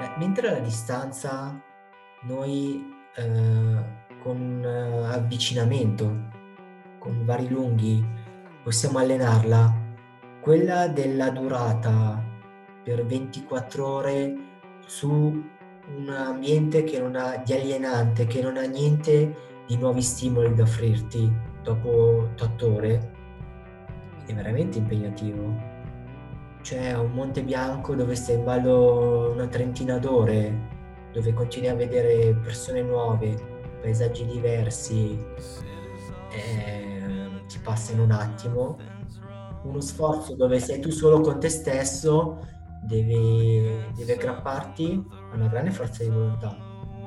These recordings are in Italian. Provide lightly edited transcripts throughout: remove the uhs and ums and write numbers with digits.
Mentre alla distanza noi con avvicinamento, con vari lunghi, possiamo allenarla, quella della durata per 24 ore su un ambiente che non ha di alienante, che non ha niente di nuovi stimoli da offrirti dopo 8 ore, è veramente impegnativo. C'è un Monte Bianco dove stai in ballo una trentina d'ore, dove continui a vedere persone nuove, paesaggi diversi, ti passa in un attimo. Uno sforzo dove sei tu solo con te stesso, devi aggrapparti a una grande forza di volontà.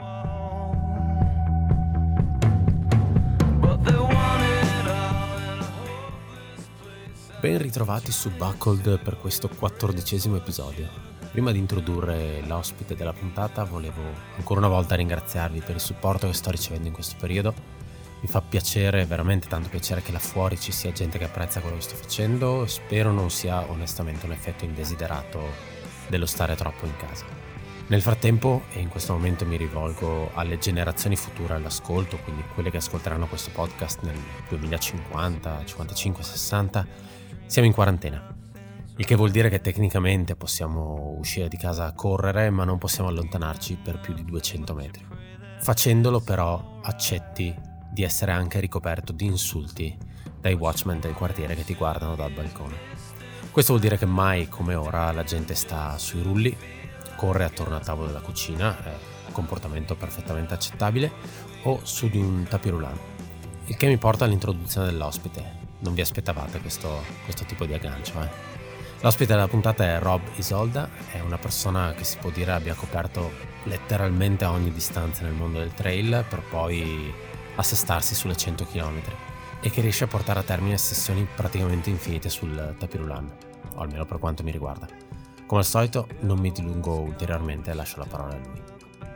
Ben ritrovati su Buckled per questo 14° episodio. Prima di introdurre l'ospite della puntata volevo ancora una volta ringraziarvi per il supporto che sto ricevendo in questo periodo. Mi fa piacere, veramente tanto piacere, che là fuori ci sia gente che apprezza quello che sto facendo. Spero non sia onestamente un effetto indesiderato dello stare troppo in casa. Nel frattempo, e in questo momento mi rivolgo alle generazioni future all'ascolto, quindi quelle che ascolteranno questo podcast nel 2050, 55, 60, siamo in quarantena, il che vuol dire che tecnicamente possiamo uscire di casa a correre, ma non possiamo allontanarci per più di 200 metri. Facendolo però accetti di essere anche ricoperto di insulti dai watchman del quartiere che ti guardano dal balcone. Questo vuol dire che mai come ora la gente sta sui rulli, corre attorno al tavolo della cucina, è un comportamento perfettamente accettabile, o su di un tapis roulant. Il che mi porta all'introduzione dell'ospite. Non vi aspettavate questo tipo di aggancio, eh? L'ospite della puntata è Rob Isolda, è una persona che si può dire abbia coperto letteralmente a ogni distanza nel mondo del trail per poi assestarsi sulle 100 km e che riesce a portare a termine sessioni praticamente infinite sul tapis roulant, o almeno per quanto mi riguarda. Come al solito non mi dilungo ulteriormente e lascio la parola a lui.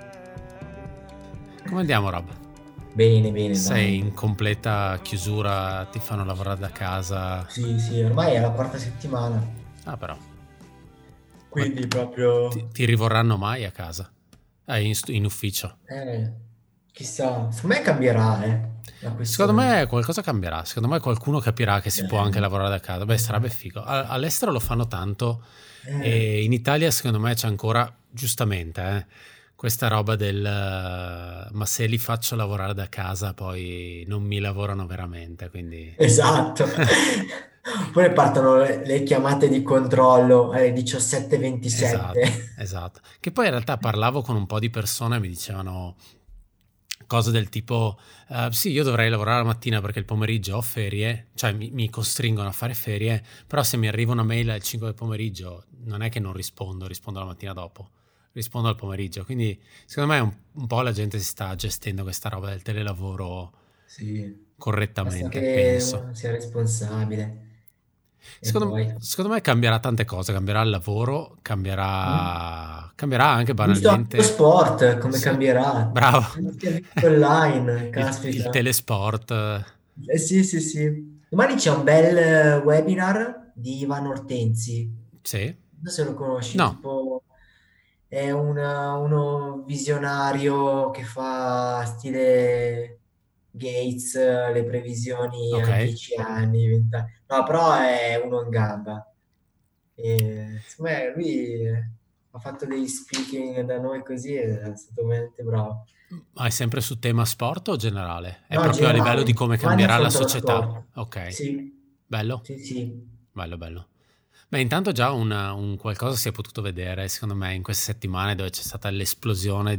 Come andiamo, Rob? Bene. Sei dai. in completa chiusura, ti fanno lavorare da casa? Sì, ormai è la quarta settimana, Ah, però. quindi proprio... Ti rivorranno mai a casa? In ufficio? Chissà, secondo me cambierà, la Secondo questione. me qualcosa cambierà, secondo me qualcuno capirà che si può anche lavorare da casa. Beh, sarebbe figo. All'estero lo fanno tanto e in Italia secondo me c'è ancora, giustamente, questa roba del ma se li faccio lavorare da casa poi non mi lavorano veramente, quindi... Esatto. Poi partono le chiamate di controllo alle 17:27. Esatto. Che poi in realtà parlavo con un po' di persone e mi dicevano cose del tipo sì, io dovrei lavorare la mattina perché il pomeriggio ho ferie, cioè mi costringono a fare ferie, però se mi arriva una mail alle 5 del pomeriggio non è che non rispondo la mattina dopo, rispondo al pomeriggio, quindi secondo me un po' la gente si sta gestendo questa roba del telelavoro Sì, basta correttamente, che penso. uno sia responsabile. E poi... Secondo me cambierà tante cose, cambierà il lavoro, Mm? cambierà anche Giusto anche lo banalmente. sport, come Sì, cambierà. bravo. Il servizio online, Il caspita. telesport. Sì. Domani c'è un bel webinar di Ivan Ortenzi. Sì? Non so se lo conosci, No. tipo è uno visionario che fa stile Gates, le previsioni Ok. a 10 anni, 20 anni. No, però è uno in gamba. E, secondo me lui ha fatto degli speaking da noi così e è stato veramente bravo. Ma è sempre su tema sport o generale? È No, proprio a livello di generale. come Domani cambierà la affronta lo società. sport. Ok. Sì, Bello? sì. Bello. Beh, intanto già un qualcosa si è potuto vedere, secondo me, in queste settimane dove c'è stata l'esplosione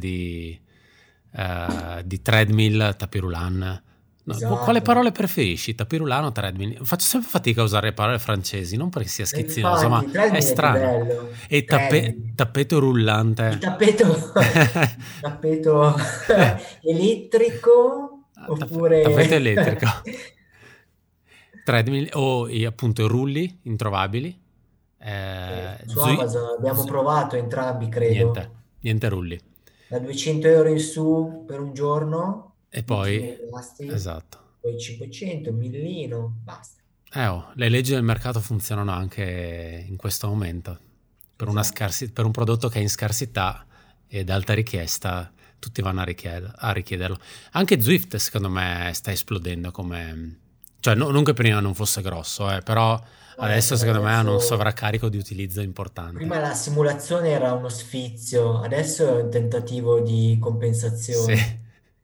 di treadmill, tapis roulant. No, quale Esatto. parole preferisci? Tapis roulant o treadmill? Faccio sempre fatica a usare parole francesi, non perché sia E schizzinoso, ma infatti, è treadmill è più strano. bello. E Treadmill. tappeto Il rullante. tappeto, il tappeto elettrico Tappeto oppure elettrico. Treadmill o appunto i rulli introvabili. su Amazon abbiamo provato entrambi, credo, Niente rulli. da 200 euro in su per un giorno, E poi, ultimi rimasti, esatto. poi 500, millino, basta. Le leggi del mercato funzionano anche in questo momento. Per Esatto. per un prodotto che è in scarsità, ed alta richiesta, tutti vanno a richiederlo. Anche Zwift secondo me sta esplodendo come... Cioè non che prima non fosse grosso, però adesso secondo me hanno un sovraccarico di utilizzo importante. Prima la simulazione era uno sfizio, adesso è un tentativo di compensazione. Sì.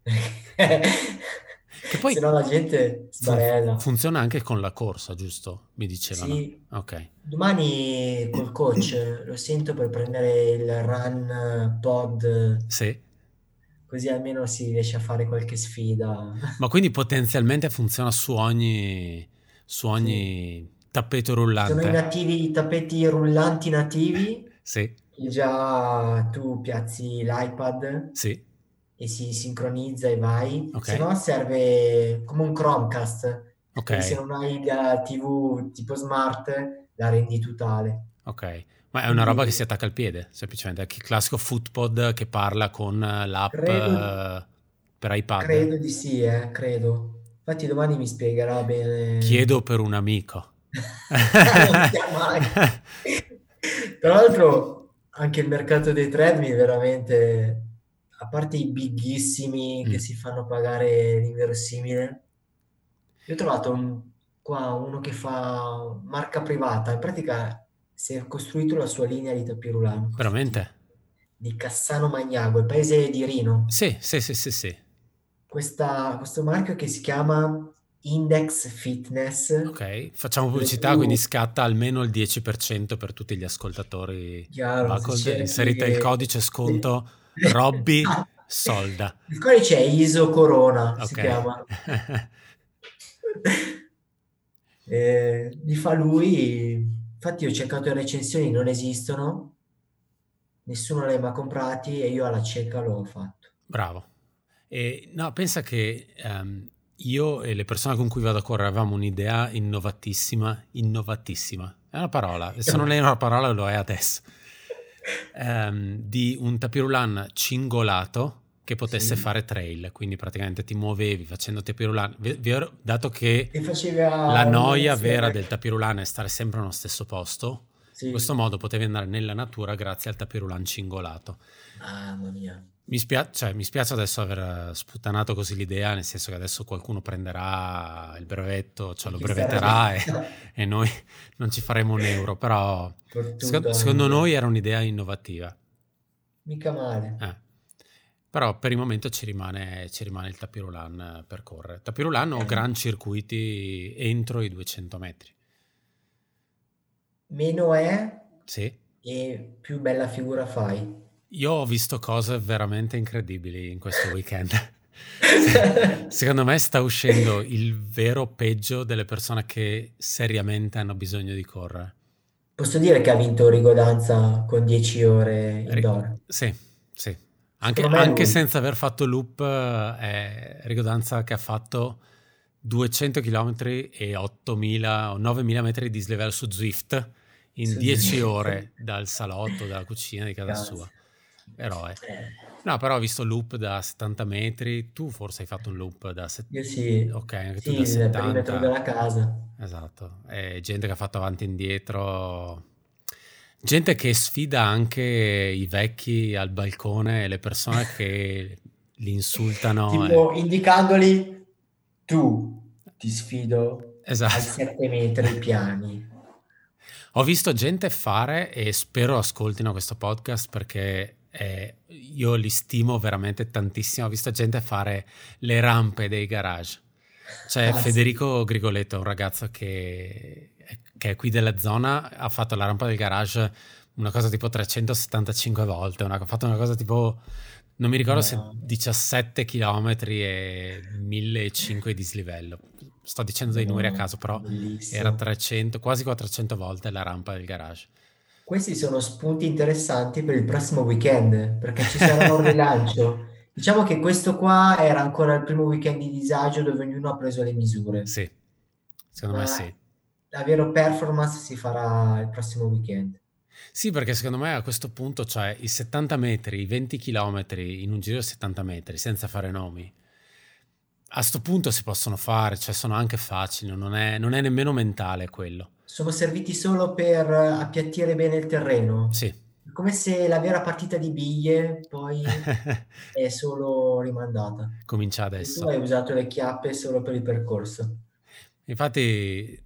Che poi se no la gente sbarella. funziona anche con la corsa, giusto? Mi dicevano. Sì, Ok. domani col coach lo sento per prendere il run pod, Sì. così almeno si riesce a fare qualche sfida. Ma quindi potenzialmente funziona su ogni Sì. tappeto Ci sono rullante? i tappeti rullanti nativi, Sì, che già tu piazzi l'iPad sì, e si sincronizza e vai, ok, se no serve come un Chromecast, ok, così se non hai la TV tipo smart la rendi totale. ok. Ma è una roba che si Quindi attacca al piede, semplicemente. È il classico Footpod che parla con l'app credo, per iPad. credo di sì, credo. Infatti domani mi spiegherà bene. Chiedo per un amico. Non sia mai. Tra l'altro anche il mercato dei treadmill veramente, a parte i bighissimi che Mm. si fanno pagare l'inverosimile, io ho trovato qua uno che fa marca privata, in pratica si è costruito la sua linea di tapis questi Veramente? di Cassano Magnago, il paese di Rino. Sì, sì, sì, sì, sì. Questo marchio che si chiama Index Fitness, Ok, facciamo dove pubblicità, quindi tu, scatta almeno il 10% per tutti gli ascoltatori chiaro, se Buckled. cerchi Inserite il codice sì. sconto Robby Solda. Il codice è ISO Corona, si Ok. chiama. Li fa lui, infatti ho cercato le recensioni, non esistono, nessuno li ha mai comprati e io alla cieca l'ho fatto. Bravo. No, pensa che io e le persone con cui vado a correre avevamo un'idea innovatissima, è una parola, e se non è una parola lo è adesso, di un tapirulan cingolato che potesse Sì. fare trail, quindi praticamente ti muovevi facendo tapirulan, dato che E faceva la noia vera un'animazione. del tapirulan è stare sempre nello stesso posto, in questo Sì, modo potevi andare nella natura grazie al tapirulan cingolato. mamma mia. Mi spiace adesso aver sputtanato così l'idea, nel senso che adesso qualcuno prenderà il brevetto, cioè E lo chi starà già? brevetterà e noi non ci faremo un euro, però Fottuto secondo anche. noi era un'idea innovativa. Mica male. Eh. Però per il momento ci rimane il tapirulan per correre. Tapirulan o gran circuiti entro i 200 metri. Meno è Sì. e più bella figura fai. Io ho visto cose veramente incredibili in questo weekend. Secondo me sta uscendo il vero peggio delle persone che seriamente hanno bisogno di correre. Posso dire che ha vinto Rigodanza con 10 ore indoor? Sì, sì. Anche, Secondo me è anche lui. senza aver fatto loop, è Rigo Danza che ha fatto 200 km e 8.000 o 9.000 metri di dislivello su Zwift in Su 10 Zwift. ore dal salotto, dalla cucina di casa Cazzo. sua. Eroe. Eh, No, però ho visto loop da 70 metri. Tu forse hai fatto un loop da io sì, ok, anche tu sì, da il perimetro 70. della casa. Esatto. E gente che ha fatto avanti e indietro. Gente che sfida anche i vecchi al balcone e le persone che li insultano. Tipo indicandoli, tu ti sfido ai Esatto. 7 metri piani. Ho visto gente fare, e spero ascoltino questo podcast perché io li stimo veramente tantissimo. Ho visto gente fare le rampe dei garage. C'è Ah, sì. Federico Grigoletto, un ragazzo che è qui della zona, ha fatto la rampa del garage una cosa tipo 375 volte, ha fatto una cosa tipo, non mi ricordo se No, 17 chilometri e 1.500 di dislivello. Sto dicendo dei numeri a no, caso, però era bellissimo. 300, quasi 400 volte la rampa del garage. Questi sono spunti interessanti per il prossimo weekend, perché ci sarà un rilancio. Diciamo che questo qua era ancora il primo weekend di disagio dove ognuno ha preso le misure, Sì, secondo me ma sì. la vera performance si farà il prossimo weekend. Sì, perché secondo me a questo punto, cioè i 70 metri, i 20 chilometri in un giro di 70 metri, senza fare nomi, a sto punto si possono fare, cioè sono anche facili, non è nemmeno mentale quello. Sono serviti solo per appiattire bene il terreno, Sì, come se la vera partita di biglie poi è solo rimandata. Comincia E tu adesso. hai usato le chiappe solo per il percorso. Infatti,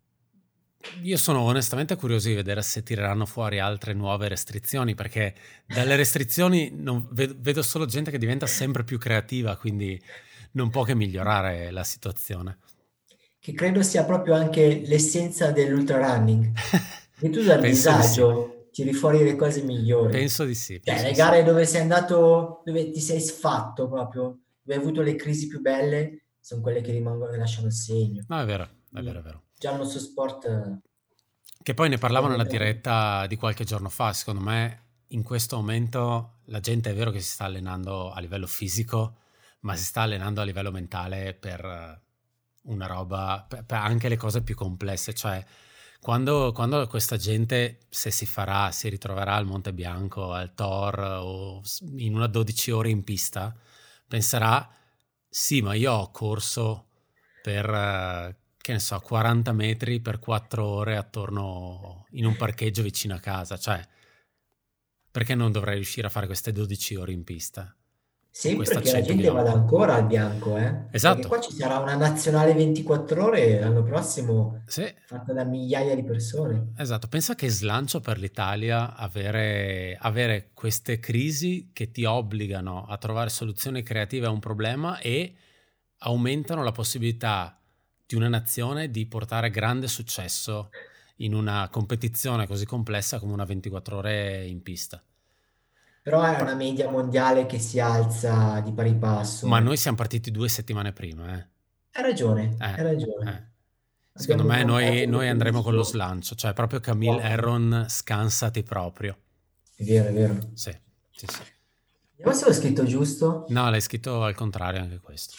io sono onestamente curioso di vedere se tireranno fuori altre nuove restrizioni, perché dalle restrizioni vedo solo gente che diventa sempre più creativa, quindi non può che migliorare la situazione. Che credo sia proprio anche l'essenza dell'ultra running. Che tu dal Penso di sì. disagio tiri fuori le cose migliori. Penso di sì, Cioè, penso le di sì. gare dove sei andato, dove ti sei sfatto proprio, dove hai avuto le crisi più belle, sono quelle che rimangono, che lasciano il segno. No, è vero, è vero, è Quindi, vero. già il nostro sport Che poi ne è parlavano nella diventato... diretta di qualche giorno fa. Secondo me, in questo momento la gente è vero che si sta allenando a livello fisico, ma si sta allenando a livello mentale per una roba, per anche le cose più complesse. Cioè, quando questa gente, se si ritroverà al Monte Bianco, al Tor o in una 12 ore in pista, penserà: sì, ma io ho corso per, che ne so, 40 metri per 4 ore attorno in un parcheggio vicino a casa. Cioè, perché non dovrei riuscire a fare queste 12 ore in pista? O Sempre questa che la 100 gente vada km? ancora al bianco, perché Esatto, qua ci sarà una nazionale 24 ore l'anno prossimo, sì. fatta da migliaia di persone. Esatto, pensa che slancio per l'Italia avere queste crisi che ti obbligano a trovare soluzioni creative a un problema e aumentano la possibilità di una nazione di portare grande successo in una competizione così complessa come una 24 ore in pista. Però è una Però- media mondiale che si alza di pari passo, ma noi siamo partiti 2 settimane prima, eh. Hai ragione, Eh, hai eh. ragione. Secondo Abbiamo un me vantaggio di noi andremo con lo preciso slancio, cioè proprio Camille ottimo. Herron, scansati proprio. È vero, è vero. Sì, sì, sì. Vediamo se l'ho scritto giusto. No, l'hai scritto al contrario anche questo.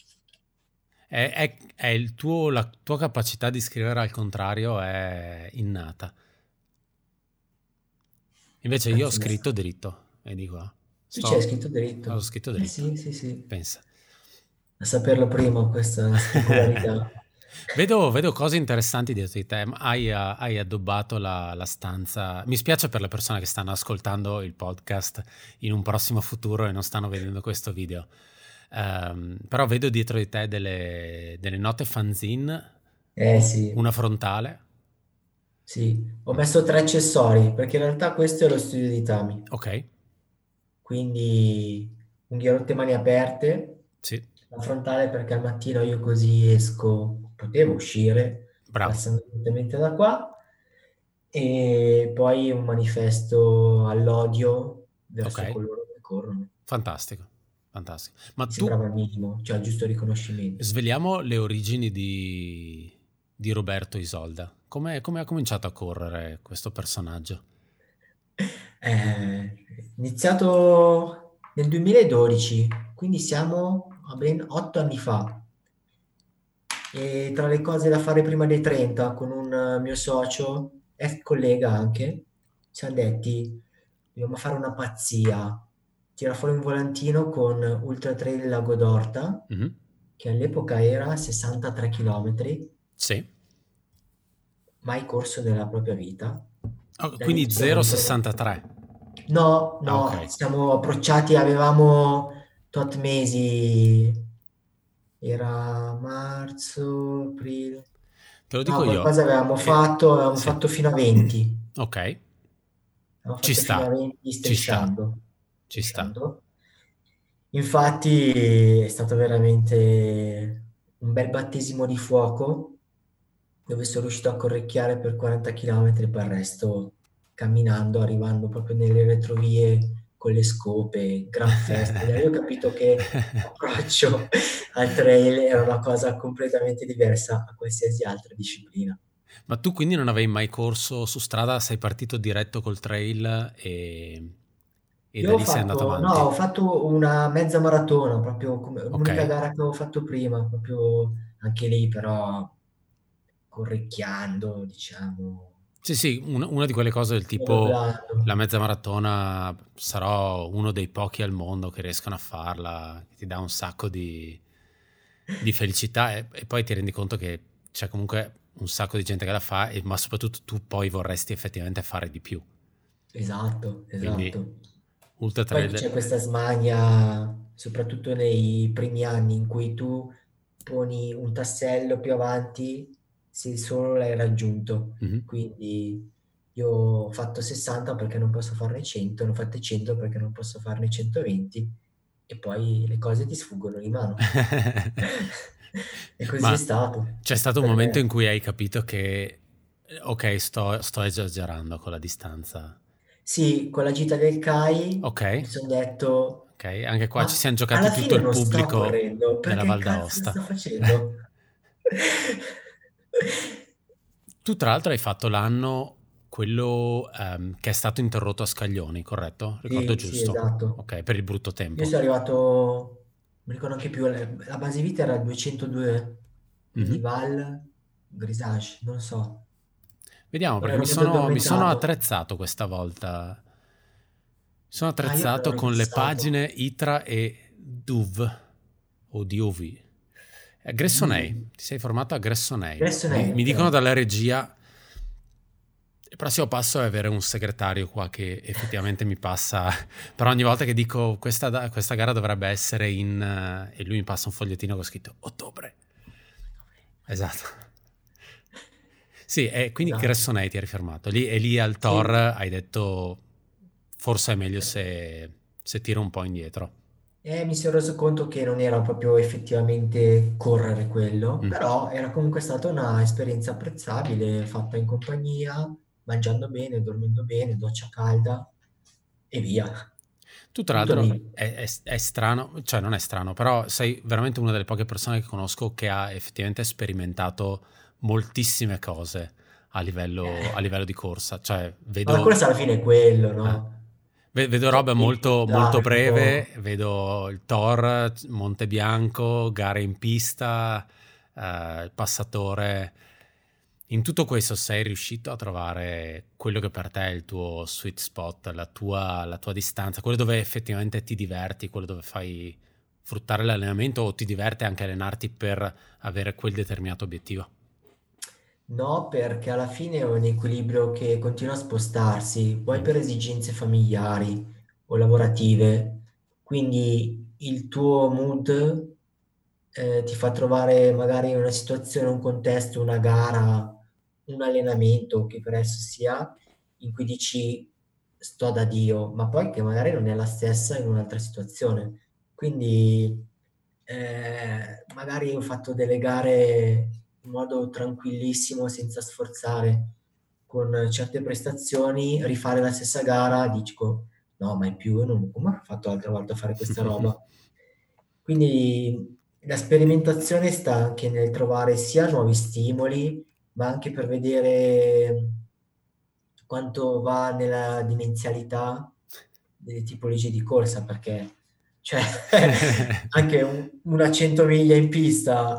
È la tua capacità di scrivere al contrario è innata. Invece io ho Anzi, scritto dritto, vedi qua. tu ci hai Sto, scritto ho dritto. scritto Eh dritto. sì, sì, sì. Pensa. A saperlo prima questa singolarità. Vedo cose interessanti dietro di te. Hai addobbato la stanza. Mi spiace per le persone che stanno ascoltando il podcast in un prossimo futuro e non stanno vedendo questo video. Però vedo dietro di te delle note fanzine, Eh sì, una frontale. sì. Ho messo 3 accessori perché in realtà questo è lo studio di Tami. Ok, Quindi unghie rotte, mani aperte, sì, la frontale perché al mattino io così esco, potevo uscire bravo. passando direttamente da qua, e poi un manifesto all'odio Ok, verso coloro che corrono. fantastico, fantastico. Ma Mi tu, sembrava il minimo, cioè il giusto riconoscimento. sveliamo le origini di Roberto Isolda. Come ha cominciato a correre questo personaggio? Iniziato nel 2012, quindi siamo a ben 8 anni fa. E tra le cose da fare prima dei 30, con un mio socio, ex collega anche, ci siamo detti, dobbiamo fare una pazzia. Tira fuori un volantino con Ultra Trail Lago d'Orta, Mhm. che all'epoca era 63 km, Sì. mai corso nella propria vita. Oh, Da lì quindi ci siamo 0,63. No, Ah, ok. no, siamo approcciati, avevamo tot mesi, era marzo, aprile. Te lo No, dico io. qualcosa avevamo Sì. fatto fino a 20. Ok. Avevamo Ci fatto fino a sta. 20 Ci sta. strisciando. Ci sta. Strisciando. Infatti è stato veramente un bel battesimo di fuoco, dove sono riuscito a correcchiare per 40 km, poi il resto camminando, arrivando proprio nelle retrovie con le scope, gran festa. Da lì ho capito che l'approccio al trail era una cosa completamente diversa a qualsiasi altra disciplina. Ma tu quindi non avevi mai corso su strada, sei partito diretto col trail e Io da lì sei andato no, avanti. ho fatto una mezza maratona, proprio come Ok. l'unica gara che avevo fatto prima, proprio anche lì però correcchiando, diciamo, Sì, sì, una di quelle cose del tipo doblando. la mezza maratona sarò uno dei pochi al mondo che riescono a farla, che ti dà un sacco di felicità e poi ti rendi conto che c'è comunque un sacco di gente che la fa, ma soprattutto tu poi vorresti effettivamente fare di più. Esatto, Quindi esatto. ultra Poi trail. c'è questa smania, soprattutto nei primi anni, in cui tu poni un tassello più avanti se solo l'hai raggiunto. Mhm. Quindi io ho fatto 60 perché non posso farne 100, ne ho fatte 100 perché non posso farne 120 e poi le cose ti sfuggono di mano. E così è Ma stato c'è stato un per momento in me. cui hai capito che, ok, sto esagerando con la distanza. Sì, con la gita del CAI Ok, mi sono detto, ok, anche qua ci ma siamo giocati alla tutto fine il non sto pubblico correndo, della perché Val cazzo d'Aosta. sto facendo? Tu tra l'altro hai fatto l'anno quello che è stato interrotto a Scaglioni, corretto? Ricordo Sì, sì, giusto. esatto. Ok, per il brutto Io tempo. sono arrivato, non mi ricordo anche più, la base vita era il 202, quindi Mhm. Val, Grisage, non so. Vediamo, Poi perché ero mezzo mi sono addormentato. attrezzato questa volta. Mi sono Ah, io me attrezzato l'ero con le fissato. pagine ITRA e DUV o DUV. Gressonei, Duve. ti sei formato a Gressonei. Adesso ne è, Mi dicono ok. dalla regia, il prossimo passo è avere un segretario qua che effettivamente mi passa, però ogni volta che dico questa gara dovrebbe essere in... e lui mi passa un fogliettino con scritto ottobre. Esatto. Sì, e quindi Esatto. Gressonei ti eri fermato. Lì, e lì al Tor Sì, hai detto forse è meglio se tiro un po' indietro. mi sono reso conto che non era proprio effettivamente correre quello, Mm. però era comunque stata una esperienza apprezzabile, fatta in compagnia, mangiando bene, dormendo bene, doccia calda e via. Tu tra Tutto l'altro lì. è strano, cioè non è strano, però sei veramente una delle poche persone che conosco che ha effettivamente sperimentato moltissime cose a Eh, livello di corsa. Cioè ma la vedo, corsa alla fine è quello, eh, no? vedo Cioè, robe devi molto, molto puntare un breve, po'. vedo il Tor, Monte Bianco, gare in pista, il passatore. In tutto questo sei riuscito a trovare quello che per te è il tuo sweet spot, la tua distanza, quello dove effettivamente ti diverti, quello dove fai fruttare l'allenamento o ti diverte anche allenarti per avere quel determinato obiettivo. No, perché alla fine è un equilibrio che continua a spostarsi, vuoi Mhm. per esigenze familiari o lavorative, quindi il tuo mood ti fa trovare magari una situazione, un contesto, una gara, un allenamento che per esso sia, in cui dici sto da Dio, ma poi che magari non è la stessa in un'altra situazione. Quindi magari ho fatto delle gare in modo tranquillissimo, senza sforzare, con certe prestazioni, rifare la stessa gara, dico, no, mai più, io non, come ho fatto l'altra volta a fare questa roba? Quindi la sperimentazione sta anche nel trovare sia nuovi stimoli, ma anche per vedere quanto va nella dimensionalità delle tipologie di corsa, perché cioè, anche una 100 miglia in pista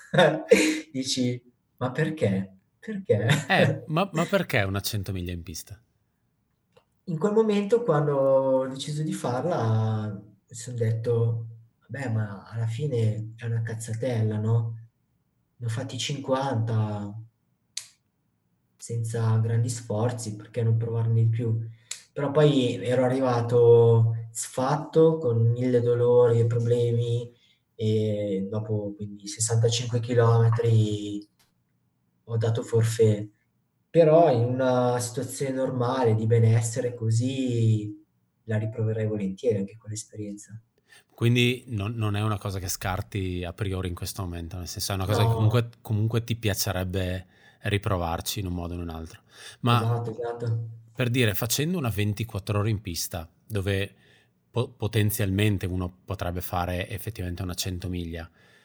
dici, ma perché? Perché? Ma perché una 100 miglia in pista? In quel momento, quando ho deciso di farla, mi son detto: "Vabbè, ma alla fine è una cazzatella, no, ne ho fatti 50 senza grandi sforzi, perché non provarne di più?" Però poi ero arrivato sfatto, con 1000 dolori e problemi e dopo quindi 65 chilometri ho dato forfait. Però in una situazione normale di benessere così la riproverei volentieri anche quell'esperienza. Quindi non è una cosa che scarti a priori in questo momento, nel senso è una cosa che No, comunque ti piacerebbe riprovarci in un modo o in un altro. Ma esatto, esatto. per dire, facendo una 24 ore in pista, dove potenzialmente uno potrebbe fare effettivamente una 100 miglia,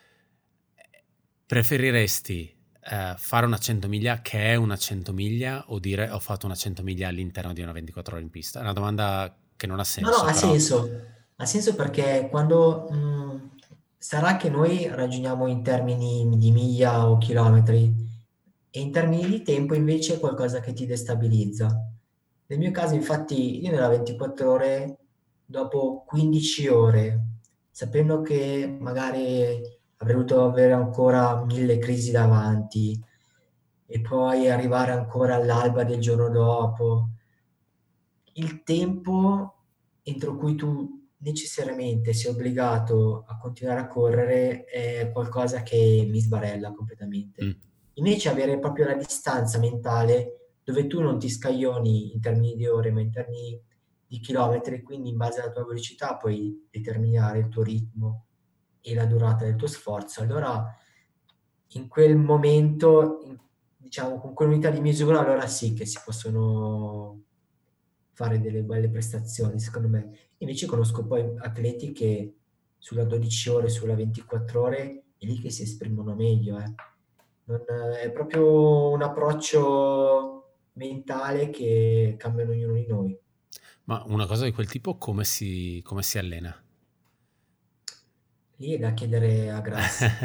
preferiresti fare una 100 miglia che è una 100 miglia o dire ho fatto una 100 miglia all'interno di una 24 ore in pista? È una domanda che non ha No, no, senso, però... ha senso perché quando sarà che noi ragioniamo in termini di miglia o chilometri e in termini di tempo invece è qualcosa che ti destabilizza. Nel mio caso, infatti, io nella 24 ore, dopo 15 ore, sapendo che magari avrei dovuto avere ancora 1000 crisi davanti e poi arrivare ancora all'alba del giorno dopo, il tempo entro cui tu necessariamente sei obbligato a continuare a correre è qualcosa che mi sbarella completamente. Mm. Invece avere proprio la distanza mentale dove tu non ti scaglioni in termini di ore, ma in termini di chilometri, quindi in base alla tua velocità puoi determinare il tuo ritmo e la durata del tuo sforzo. Allora in quel momento, diciamo, con quell'unità di misura, allora sì che si possono fare delle belle prestazioni, secondo me. Invece conosco poi atleti che sulla 12 ore, sulla 24 ore, è lì che si esprimono meglio. È proprio un approccio mentale che cambiano ognuno di noi. Ma una cosa di quel tipo come si allena? Lì è da chiedere a Grassi,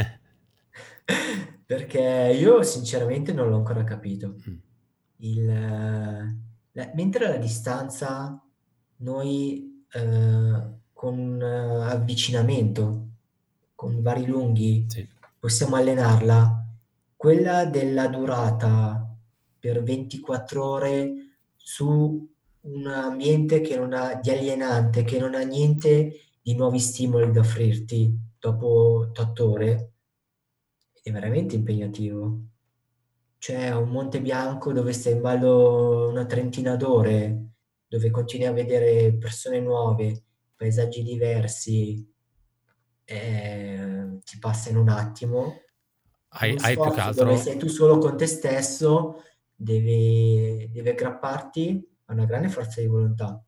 perché io sinceramente non l'ho ancora capito. Mm. Mentre la distanza noi con avvicinamento, con vari lunghi, Sì. possiamo allenarla, quella della durata per 24 ore su un ambiente che non ha, di alienante, che non ha niente di nuovi stimoli da offrirti dopo 8 ore, è veramente impegnativo. Cioè, un Monte Bianco dove stai in ballo una trentina d'ore, dove continui a vedere persone nuove, paesaggi diversi, ti passa in un attimo. Uno Hai più che sforzo dove altro. sei tu solo con te stesso, deve aggrapparti a una grande forza di volontà.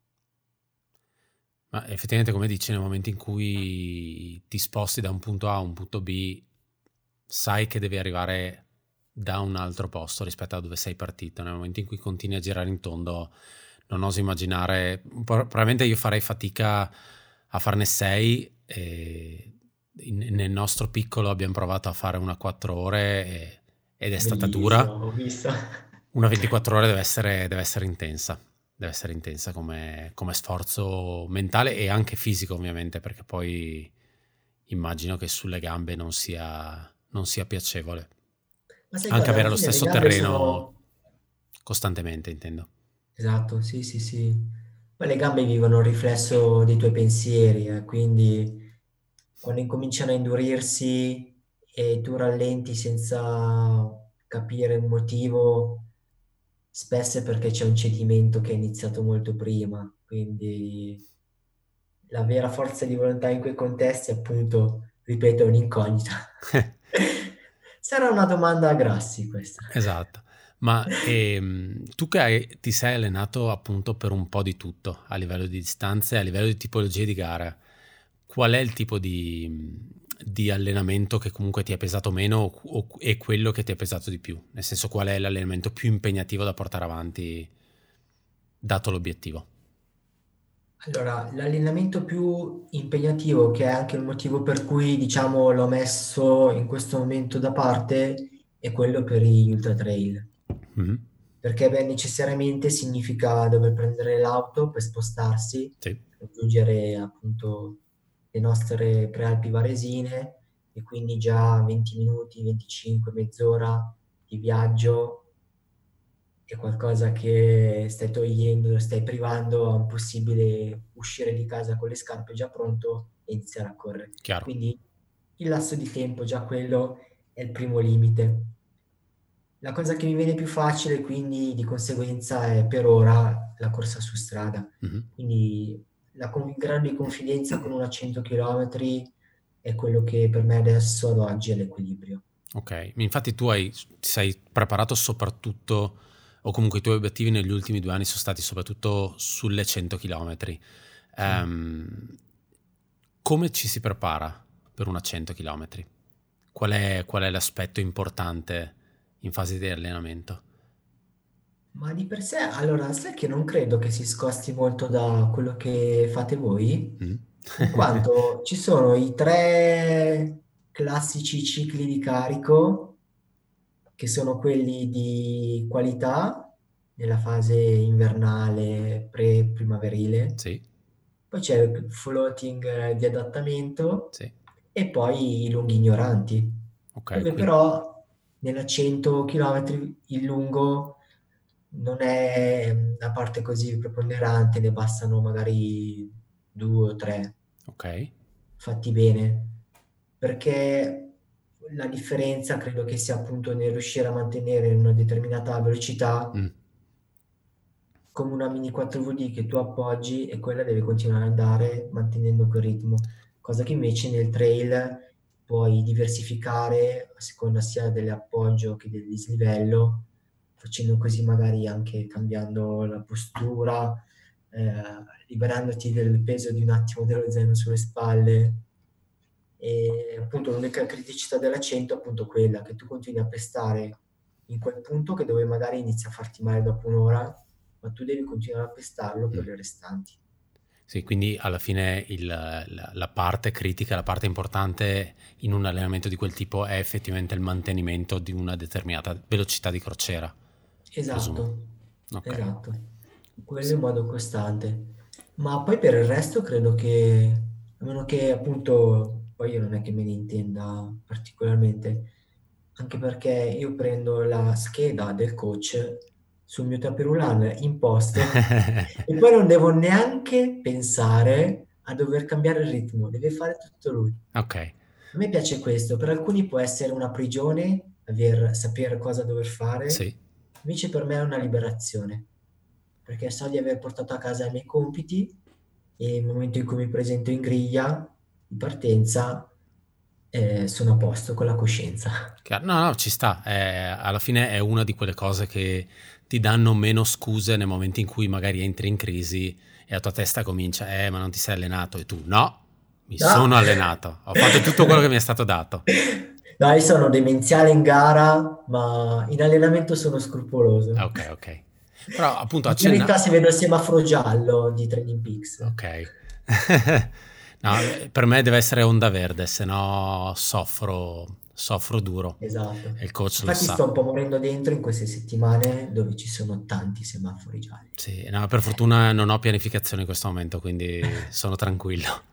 Ma effettivamente, come dici, nel momento in cui ti sposti da un punto A a un punto B, sai che devi arrivare da un altro posto rispetto a dove sei partito. Nel momento in cui continui a girare in tondo, non oso immaginare. Probabilmente io farei fatica a farne 6. Nel nostro piccolo abbiamo provato a fare una 4 ore ed è stata Bellissimo, dura. ho visto. Una 24 ore deve essere intensa. Deve essere intensa come sforzo mentale e anche fisico, ovviamente, perché poi immagino che sulle gambe non sia piacevole. Ma sai Anche cosa? avere Alla lo fine le stesso gambe terreno sono. costantemente, intendo. Esatto, sì, sì, sì. Poi le gambe vivono il riflesso dei tuoi pensieri, quindi quando incominciano a indurirsi e tu rallenti senza capire il motivo, spesso è perché c'è un cedimento che è iniziato molto prima, quindi la vera forza di volontà in quei contesti, appunto, ripeto, è un'incognita. Sarà una domanda a Grassi questa. Esatto. Ma tu che ti sei allenato appunto per un po' di tutto, a livello di distanze, a livello di tipologie di gara, qual è il tipo di allenamento che comunque ti è pesato meno e quello che ti è pesato di più? Nel senso, qual è l'allenamento più impegnativo da portare avanti, dato l'obiettivo? Allora, l'allenamento più impegnativo, che è anche il motivo per cui, diciamo, l'ho messo in questo momento da parte, è quello per gli ultra trail. Mhm. Perché, beh, necessariamente significa dover prendere l'auto per spostarsi, Sì, raggiungere appunto le nostre prealpi varesine e quindi già 20 minuti, 25, mezz'ora di viaggio è qualcosa che stai togliendo, stai privando a un possibile uscire di casa con le scarpe già pronto e iniziare a correre. chiaro. Quindi il lasso di tempo, già quello è il primo limite. La cosa che mi viene più facile, quindi di conseguenza, è per ora la corsa su strada. Mhm. Quindi grande confidenza con una 100 km è quello che per me adesso ad oggi è l'equilibrio. Ok, infatti ti sei preparato soprattutto, o comunque i tuoi obiettivi negli ultimi 2 anni sono stati soprattutto sulle 100 km. Sì. Come ci si prepara per una 100 km? Qual è l'aspetto importante in fase di allenamento? Ma di per sé, allora, sai che non credo che si scosti molto da quello che fate voi, Mm? in quanto ci sono i tre classici cicli di carico, che sono quelli di qualità nella fase invernale pre-primaverile, Sì, poi c'è il floating di adattamento sì, e poi i lunghi ignoranti, ok, dove quindi però nella 100 km il lungo non è la parte così preponderante, ne bastano magari 2 o 3 Ok. fatti bene, perché la differenza credo che sia appunto nel riuscire a mantenere una determinata velocità Mm. come una Mini 4VD che tu appoggi e quella deve continuare ad andare mantenendo quel ritmo, cosa che invece nel trail puoi diversificare a seconda sia dell'appoggio che del dislivello, facendo così magari anche cambiando la postura, liberandoti del peso di un attimo dello zaino sulle spalle. E appunto l'unica criticità dell'accento è appunto quella che tu continui a pestare in quel punto che dove magari inizia a farti male dopo un'ora, ma tu devi continuare a pestarlo per Mm. le restanti. Sì, quindi alla fine la parte critica, la parte importante in un allenamento di quel tipo è effettivamente il mantenimento di una determinata velocità di crociera, presumo. Esatto, Ok. esatto. Quello Sì. in modo costante. Ma poi per il resto credo che, a meno che appunto, poi io non è che me ne intenda particolarmente, anche perché io prendo la scheda del coach sul mio tapirulan imposto e poi non devo neanche pensare a dover cambiare il ritmo, deve fare tutto lui. Ok, A me piace questo, per alcuni può essere una prigione sapere cosa dover fare, sì. invece per me è una liberazione, perché so di aver portato a casa i miei compiti e nel momento in cui mi presento in griglia di partenza sono a posto con la coscienza. No, no, ci sta. Alla fine è una di quelle cose che ti danno meno scuse nel momento in cui magari entri in crisi e la tua testa comincia, ma non ti sei allenato e tu, no, mi No! sono allenato, ho fatto tutto quello che mi è stato dato. No, io sono demenziale in gara, ma in allenamento sono scrupoloso. Ok, ok. Però appunto In accenna... verità se vedo il semaforo giallo di Training Peaks. Ok. No, per me deve essere onda verde, se no soffro duro. Esatto. E il coach lo Infatti sa. sto un po' morendo dentro in queste settimane dove ci sono tanti semafori gialli. Sì, no, per fortuna non ho pianificazione in questo momento, quindi sono tranquillo.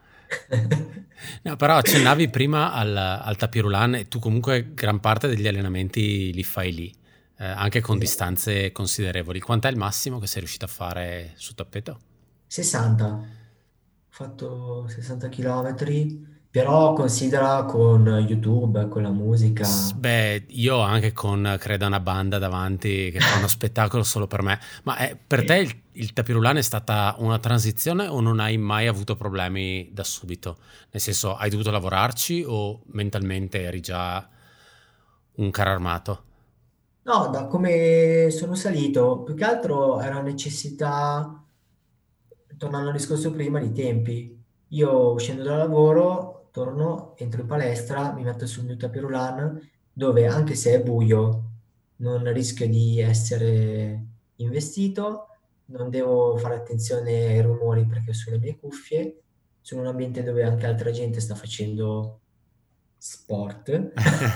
No, però accennavi prima al tapirulan e tu comunque gran parte degli allenamenti li fai lì, anche con Esatto. distanze considerevoli. Quant'è il massimo che sei riuscito a fare su tappeto? 60. Ho fatto 60 km, però considera con YouTube, con la musica. Beh, io anche con, credo, una banda davanti che fa uno spettacolo solo per me. Ma per te il tapirulan è stata una transizione o non hai mai avuto problemi da subito? Nel senso, hai dovuto lavorarci o mentalmente eri già un carro armato? No, da come sono salito, più che altro era necessità, tornando al discorso prima, di tempi. Io uscendo dal lavoro, torno, entro in palestra, mi metto sul mio tapirulan, dove anche se è buio, non rischio di essere investito, non devo fare attenzione ai rumori perché ho sulle mie cuffie, sono in un ambiente dove anche altra gente sta facendo sport,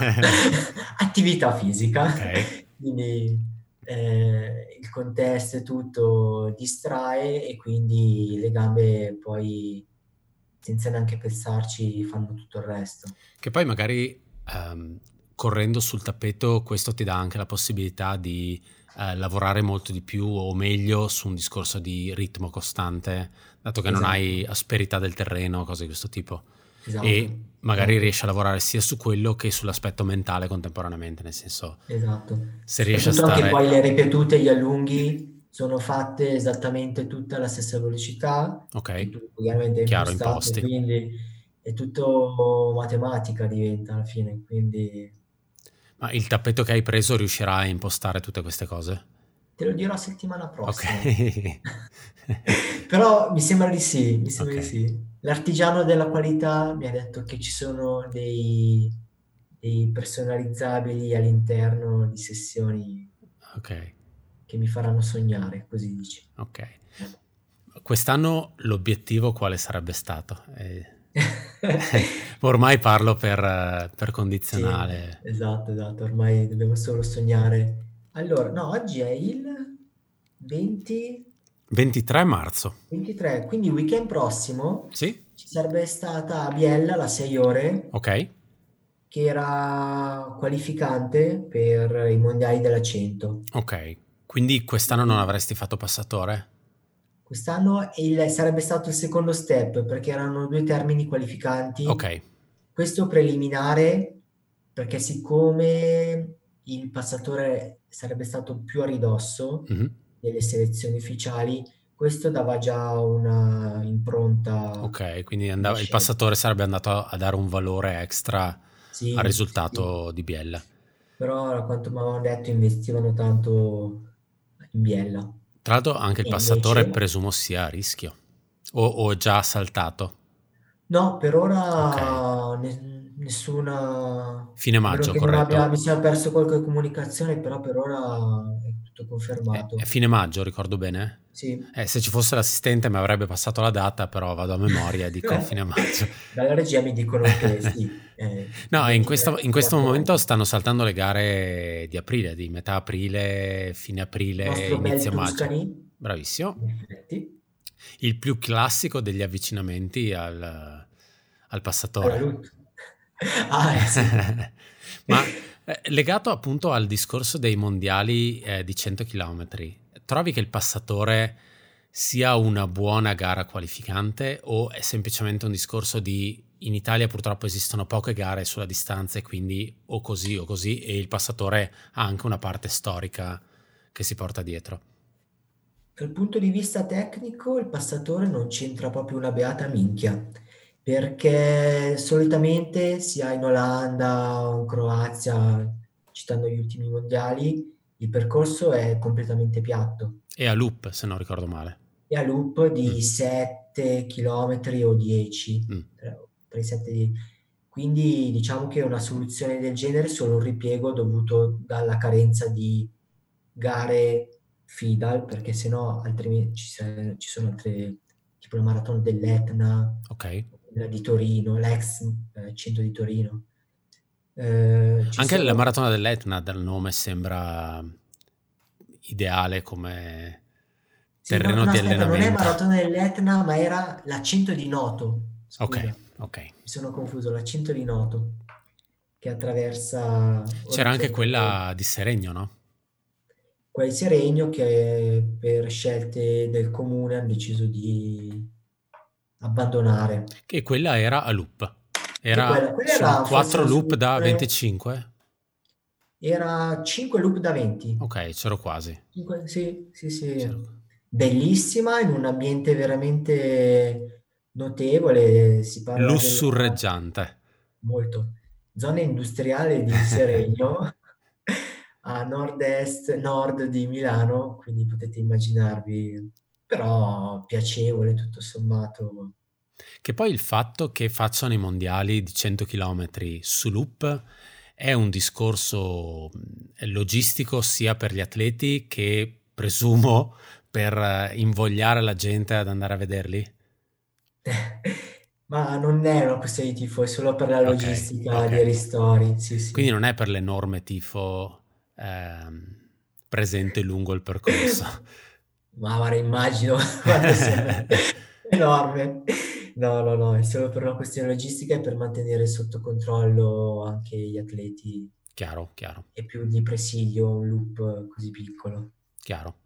attività Ok. fisica, quindi il contesto e tutto distrae e quindi le gambe poi senza neanche pensarci fanno tutto il resto. Che poi magari correndo sul tappeto questo ti dà anche la possibilità di lavorare molto di più o meglio su un discorso di ritmo costante, dato che non Esatto, hai asperità del terreno, cose di questo tipo. esatto, E magari esatto, riesci a lavorare sia su quello che sull'aspetto mentale contemporaneamente, nel senso, esatto. se riesci a Soprattutto anche poi stare... le ripetute e gli allunghi sono fatte esattamente tutte alla stessa velocità, che Ok, tu ovviamente hai chiaro, impostato, imposti. quindi è tutto matematica diventa alla fine, quindi Ma il tappeto che hai preso riuscirà a impostare tutte queste cose? te lo dirò settimana Ok. prossima. Però mi sembra di sì, mi sembra Ok, di sì. L'artigiano della qualità mi ha detto che ci sono dei personalizzabili all'interno di sessioni ok. che mi faranno sognare, così dice. Ok. Quest'anno l'obiettivo quale sarebbe stato? Ormai parlo per Sì, condizionale. esatto, esatto, ormai dobbiamo solo sognare. Allora, no, oggi è il 20, 23 marzo. 23, quindi weekend prossimo Sì? ci sarebbe stata a Biella la 6 ore, Ok. che era qualificante per i mondiali della 100. Ok. Quindi quest'anno non Quindi avresti fatto passatore? quest'anno sarebbe stato il secondo step perché erano due termini Ok. qualificanti. Questo preliminare, perché siccome il passatore sarebbe stato più a ridosso Mhm. delle selezioni ufficiali, questo dava già una impronta Ok, quindi di il scelta. passatore sarebbe andato a dare un valore extra al Sì, sì, sì. risultato di Biella. Però a quanto mi avevano detto investivano tanto in Biella. Tra l'altro anche il E passatore invece presumo sia a rischio. O è già saltato. no, per Ok. ora nessuna, Fine a meno maggio, che non abbia, corretto? mi sia perso qualche comunicazione, però per ora è tutto È confermato. fine maggio, ricordo bene? Sì. Se ci fosse l'assistente mi avrebbe passato la data, però vado a memoria e dico fine maggio. Dalla regia mi dicono che sì, No, in questo 23-24 momento maggio. stanno saltando le gare di aprile, di metà aprile, fine Il aprile, nostro bel inizio maggio. Tuscany, Bravissimo. in effetti, Il più classico degli avvicinamenti al alla passatore. LUT. Ah, sì. Ma legato appunto al discorso dei mondiali di 100 km, trovi che il passatore sia una buona gara qualificante o è semplicemente un discorso di in Italia purtroppo esistono poche gare sulla distanza e quindi o così e il passatore ha anche una parte storica che si porta dietro? Dal punto di vista tecnico, il passatore non c'entra proprio una beata minchia, perché solitamente sia in Olanda o in Croazia, citando gli ultimi mondiali, il percorso è completamente piatto E a loop, se non ricordo male. e a loop Mm, di 7 km o 10, mm. tra i 7 e i 10. Quindi diciamo che una soluzione del genere è solo un ripiego dovuto dalla carenza di gare FIDAL, perché sennò altrimenti ci sono altre, tipo la maratona dell'Etna, Ok. quella di Torino, l'ex 100 di Torino. Ci Anche la sono, maratona dell'Etna dal nome sembra ideale come sì, no, terreno no, di aspetta, non è allenamento. maratona dell'Etna, ma era la 100 di Noto, Ok, scusa, ok. mi sono confuso, la 100 di Noto, che attraversa C'era anche orizzontalmente quella di Seregno, no? quel Seregno che per scelte del comune hanno deciso di abbandonare. Che quella era a loop. Che Era quella su era forse 4 la loop da soluzione, 25? era 5 loop da 20. Ok, c'ero quasi. Sì, sì, sì, C'ero- bellissima, in un ambiente veramente notevole, si parla della Lussurreggiante. molto zona industriale di Seregno, a nord-est, nord di Milano, quindi potete immaginarvi, però piacevole tutto sommato. Che poi il fatto che facciano i mondiali di 100 km su loop è un discorso logistico sia per gli atleti che presumo per invogliare la gente ad andare a vederli. Ma non è una questione di tifo, è solo per la Ok, logistica ok. dei ristori, sì, Quindi sì. non è per l'enorme tifo presente lungo il percorso. Ma guarda, immagino quanto sia enorme. No, no, no, è solo per una questione logistica e per mantenere sotto controllo anche gli atleti Chiaro, chiaro, e più di presidio un loop così piccolo. chiaro.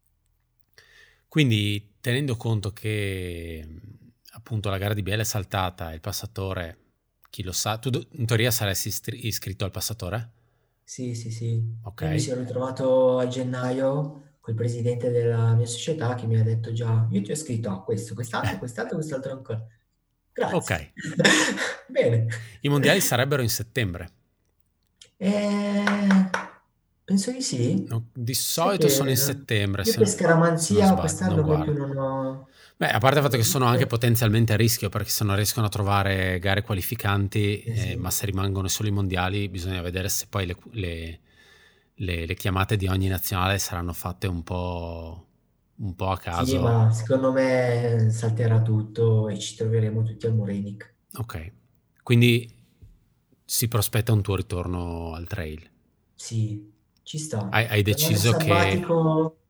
Quindi tenendo conto che appunto la gara di Biella è saltata, il passatore, chi lo sa, tu in teoria saresti iscritto al passatore? Sì, sì, sì. Ok, Io mi sono ritrovato a gennaio col presidente della mia società che mi ha detto già, io ti ho scritto a questo, quest'altro, quest'altro, quest'altro ancora. ok. Grazie. Bene. I mondiali sarebbero in settembre. Eh, penso di sì. No? Di Sai solito sono in che settembre, io per se non scaramanzia sbaglio, non quest'anno proprio guardo. non ho, Beh, a parte il non fatto ho che sono anche visto. potenzialmente a rischio, perché se non riescono a trovare gare qualificanti, Eh sì. ma se rimangono solo i mondiali, bisogna vedere se poi le chiamate di ogni nazionale saranno fatte un po' a Sì, caso. ma secondo me salterà tutto e ci troveremo tutti al Morenic. Ok, quindi si prospetta un tuo ritorno al trail. Sì, ci sta. Hai Un anno deciso che... sabbatico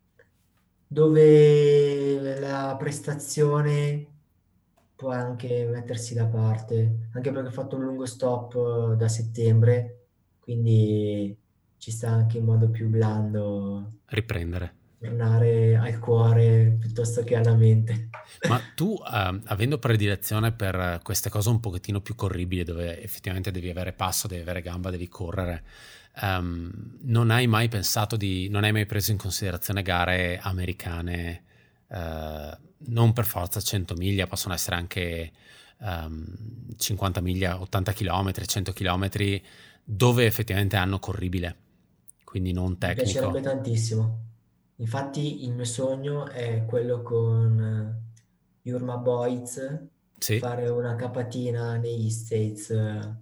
dove la prestazione può anche mettersi da parte, anche perché ho fatto un lungo stop da settembre, quindi ci sta anche in modo più blando riprendere. tornare al cuore piuttosto che alla mente. Ma tu, avendo predilezione per queste cose un pochettino più corribili, dove effettivamente devi avere passo, devi avere gamba, devi correre, non hai mai pensato non hai mai preso in considerazione gare americane, non per forza 100 miglia, possono essere anche 50 miglia, 80 km, 100 km, dove effettivamente hanno corribile, quindi non Mi piacerebbe tecnico. tantissimo. Infatti il mio sogno è quello con Jurma Boys, Sì, fare una capatina negli States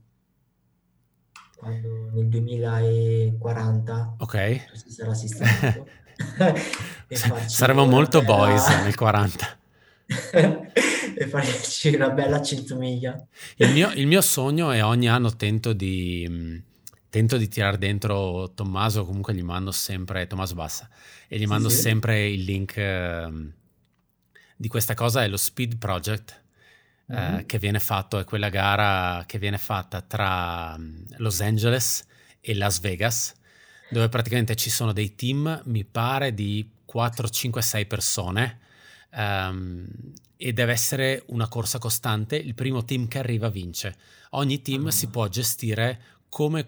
quando nel 2040 ok. tutto si sarà sistemato e farci Saremo una molto bella boys nel 40. e farci una bella 100 miglia. Il mio sogno è ogni anno tento di tirar dentro Tommaso, comunque gli mando sempre, Tommaso Bassa, e gli Sì, mando sì. sempre il link di questa cosa, è lo Speed Project, Mhm. che viene fatto, è quella gara che viene fatta tra Los Angeles e Las Vegas, dove praticamente ci sono dei team, mi pare, di 4, 5, 6 persone, ehm, e deve essere una corsa costante. Il primo team che arriva vince. Ogni team si Ah, può gestire come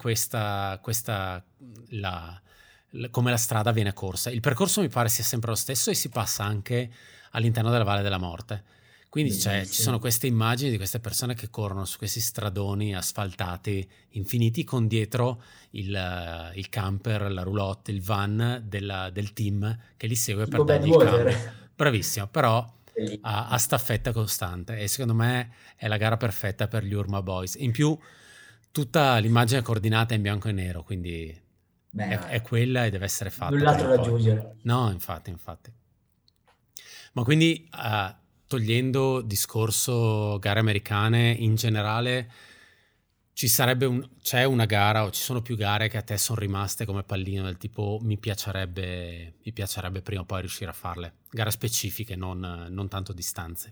come la strada viene corsa. Il percorso mi pare sia sempre lo stesso e si passa anche all'interno della Valle della Morte. Quindi ci sono bellissimo. queste immagini di queste persone che corrono su questi stradoni asfaltati infiniti con dietro il camper, la roulotte, il van del team che li segue per Tipo dargli il Badwater. cambio. Bravissimo, però a Bellissimo. staffetta costante, e secondo me è la gara perfetta per gli Urma Boys. In più tutta l'immagine coordinata è in bianco e nero, quindi è Beh, quella e deve essere fatta prima null'altro o da poi. aggiungere. No, infatti, infatti. Ma quindi, togliendo discorso gare americane, in generale c'è una gara o ci sono più gare che a te sono rimaste come pallino del tipo mi piacerebbe prima o poi riuscire a farle? Gare specifiche, non tanto distanze.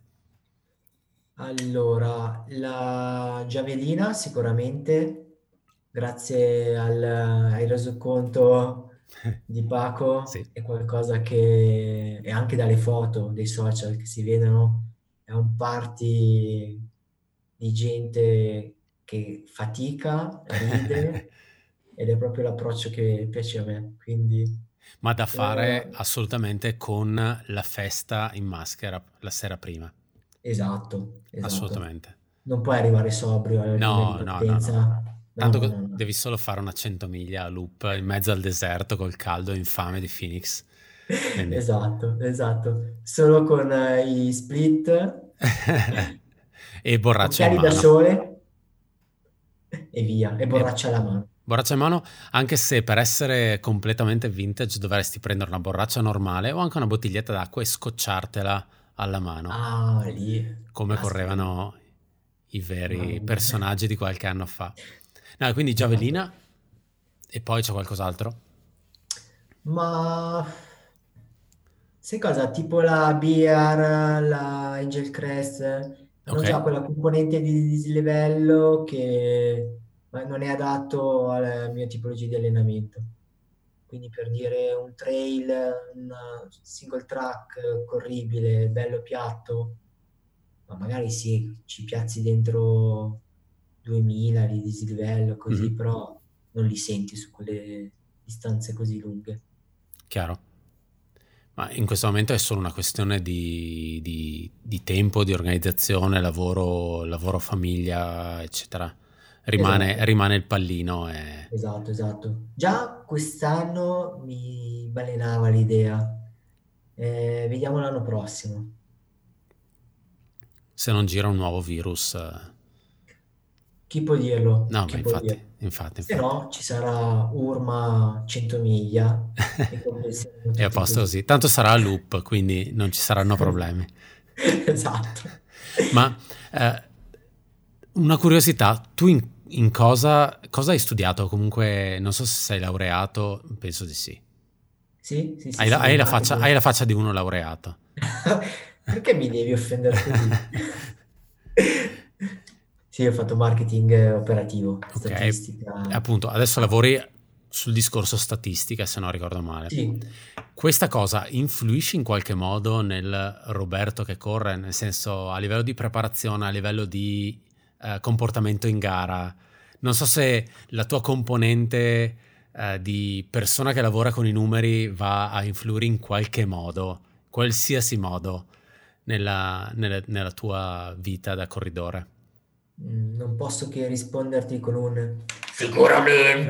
Allora, la Javelina sicuramente, grazie al resoconto di Sì. Paco, è qualcosa che, e anche dalle foto dei social che si vedono, è un party di gente che fatica, ride, ed è proprio l'approccio che piace a me. Quindi, Ma da fare eh, assolutamente con la festa in maschera la sera prima. esatto, esatto. Assolutamente. Non puoi arrivare sobrio alle linee di No, no, no, no. partenza. No, Tanto no, no, no. devi solo fare una 100 miglia a loop in mezzo al deserto col caldo infame di Phoenix. Quindi Esatto, esatto. Solo con i split, e borraccia in occhiali da mano. sole e via, e E borraccia alla mano. borraccia in mano, anche se per essere completamente vintage dovresti prendere una borraccia normale o anche una bottiglietta d'acqua e scocciartela alla mano, Ah, lì, come caspita, correvano i veri mamma mia. personaggi di qualche anno fa. No, quindi Esatto. Javelina e poi c'è qualcos'altro? Ma sai cosa? Tipo la Bear, la Angel Crest, hanno Ok. già quella componente di dislivello che ma non è adatto alla mia tipologia di allenamento. Quindi per dire un trail, un single track corribile, bello piatto, ma magari sì, ci piazzi dentro 2000 di dislivello così, Mhm. però non li senti su quelle distanze così lunghe. Chiaro. Ma in questo momento è solo una questione di tempo, di organizzazione, lavoro, famiglia, eccetera. Rimane, Esatto. rimane il pallino e Esatto, esatto. Già quest'anno mi balenava l'idea. Vediamo l'anno prossimo. se non gira un nuovo virus. Chi può dirlo? No, ma Chi può infatti, dirlo? infatti, Se infatti. no, ci sarà Urma 100 miglia e compenseremo È a tutto posto così. così. Tanto sarà a loop, quindi non ci saranno problemi. Esatto. Ma eh, una curiosità, tu in cosa hai studiato? Comunque, non so se sei laureato, penso di sì. Sì, sì, sì, Hai la, sì, hai in la faccia, hai marketing. la faccia di uno laureato. Perché mi devi offendere così? Sì, ho fatto marketing operativo, Ok, statistica. appunto, adesso lavori sul discorso statistica, se non ricordo male. Sì. Questa cosa influisce in qualche modo nel Roberto che corre, nel senso a livello di preparazione, a livello di comportamento in gara? Non so se la tua componente di persona che lavora con i numeri va a influire in qualche modo, qualsiasi modo, nella tua vita da corridore. Non posso che risponderti con un sicuramente.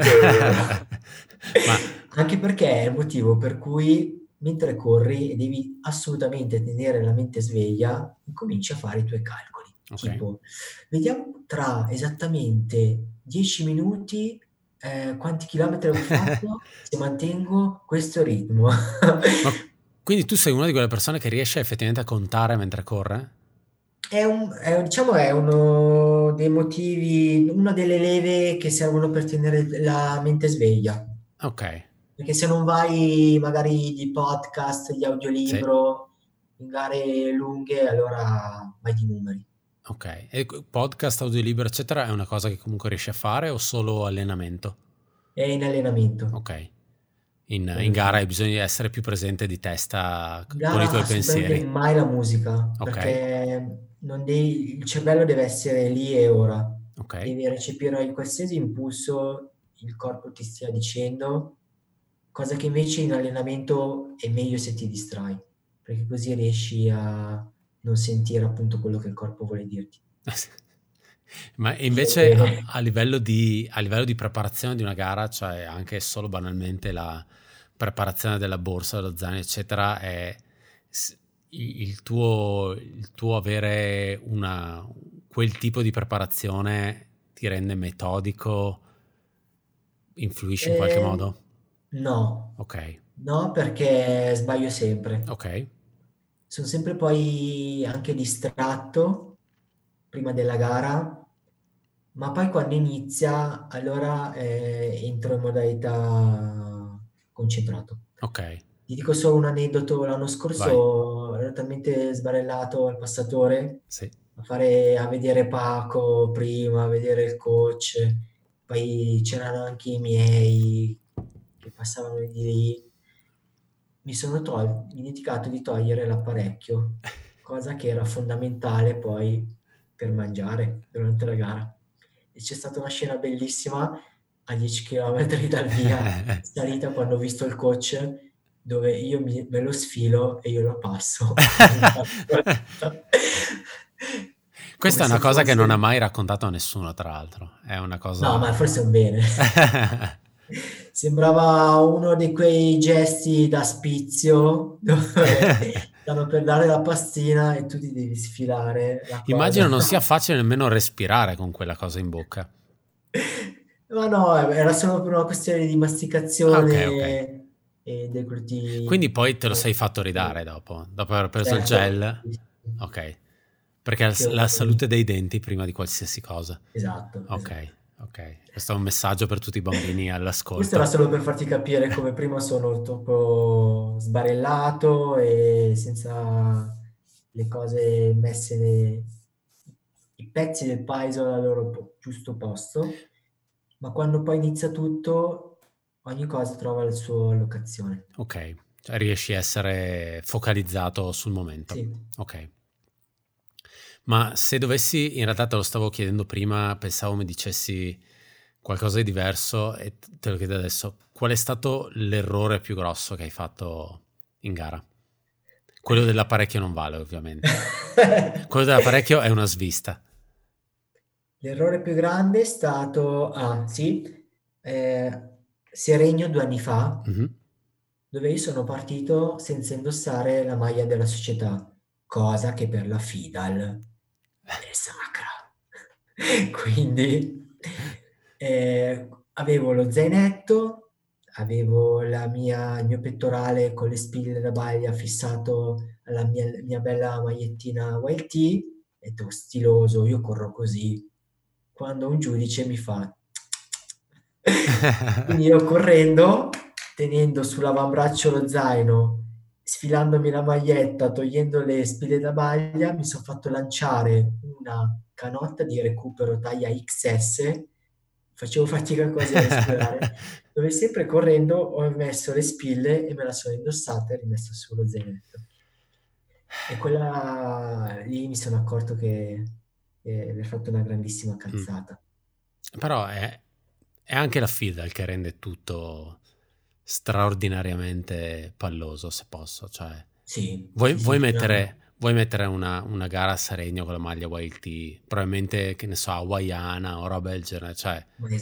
Ma Anche perché è il motivo per cui mentre corri e devi assolutamente tenere la mente sveglia, incominci a fare i tuoi calcoli. ok. Tipo, vediamo tra esattamente 10 minuti quanti chilometri ho fatto se mantengo questo ritmo. Ma quindi tu sei una di quelle persone che riesce effettivamente a contare mentre corre? Diciamo, è uno dei motivi, una delle leve che servono per tenere la mente sveglia. Ok, Perché se non vai magari di podcast, di sì, audiolibro, in gare lunghe, allora vai di numeri. ok. E podcast, audiolibro, eccetera, è una cosa che comunque riesci a fare o solo allenamento? È in allenamento, Ok. In quello gara sì. hai bisogno di essere più presente di testa In con i gara tuoi assolutamente pensieri. mai la musica, Ok, perché il cervello deve essere lì e ora. ok. Devi recepire in qualsiasi impulso il corpo ti stia dicendo, cosa che invece in allenamento è meglio se ti distrai, perché così riesci a non sentire appunto quello che il corpo vuole dirti. Ma invece E a livello di preparazione di una gara, cioè anche solo banalmente la preparazione della borsa, dello zaino, eccetera, è il tuo avere quel tipo di preparazione ti rende metodico, influisce in qualche Ehm, modo? no, Ok, no perché sbaglio sempre. ok, Son sempre poi anche distratto prima della gara, ma poi quando inizia allora, entro in modalità concentrato. ok, Ti dico solo un aneddoto: l'anno vai, scorso ero talmente sbarellato al passatore sì. a vedere Paco prima, a vedere il coach, poi c'erano anche i miei che passavano di lì. Mi sono dimenticato di togliere l'apparecchio, cosa che era fondamentale poi per mangiare durante la gara. E c'è stata una scena bellissima a 10 chilometri dal via, salita quando ho visto il coach, dove me lo sfilo e io lo passo. Come Questa è una se cosa che non ha fosse... mai raccontato a nessuno, tra l'altro. È una No, cosa... ma forse è un bene. Sembrava uno di quei gesti da spizio dove stanno per dare la pastina e tu ti devi sfilare la Immagino cosa. non sia facile nemmeno respirare con quella cosa in bocca. Ma no, era solo per una questione di Ah, ok, ok. masticazione e Quindi degluti. poi te lo sei fatto ridare dopo aver preso il Certo, gel. sì, sì, Ok. Perché sì, la salute dei denti prima di qualsiasi cosa. esatto, esatto. Ok, ok. Questo è un messaggio per tutti i bambini Questo era all'ascolto. solo per farti capire come prima sono troppo sbarellato e senza le cose messe i pezzi del puzzle al loro giusto posto, ma quando poi inizia tutto, ogni cosa trova la sua allocazione. Ok, cioè riesci a essere focalizzato sul momento. Sì. Ok. Ma se dovessi, in realtà te lo stavo chiedendo prima, pensavo mi dicessi qualcosa di diverso e te lo chiedo adesso. Qual è stato l'errore più grosso che hai fatto in gara? Quello dell'apparecchio non vale, ovviamente. Quello dell'apparecchio è una svista. L'errore più grande è stato, sì, Seregno 2 anni fa, Mhm. dove io sono partito senza indossare la maglia della società, cosa che per la FIDAL è sacra. Quindi, avevo lo zainetto, avevo il mio pettorale con le spille della maglia fissato alla mia bella magliettina YT, e detto: "Stiloso, io corro così". Quando un giudice mi fa quindi io correndo, tenendo sull'avambraccio lo zaino, sfilandomi la maglietta, togliendo le spille da maglia, mi son fatto lanciare una canotta di recupero taglia XS facevo fatica quasi a respirare, dove sempre correndo ho messo le spille e me la sono indossata e rimessa sullo zainetto. E quella lì mi sono accorto che aver fatto una grandissima Mm. cazzata. Però è anche la FIDAL che rende tutto straordinariamente palloso, se posso. Cioè, Sì, vuoi, sì, sì, vuoi finalmente. mettere, vuoi mettere una gara a Seregno con la maglia Wild T, probabilmente, che ne so, hawaiana o roba del genere, cioè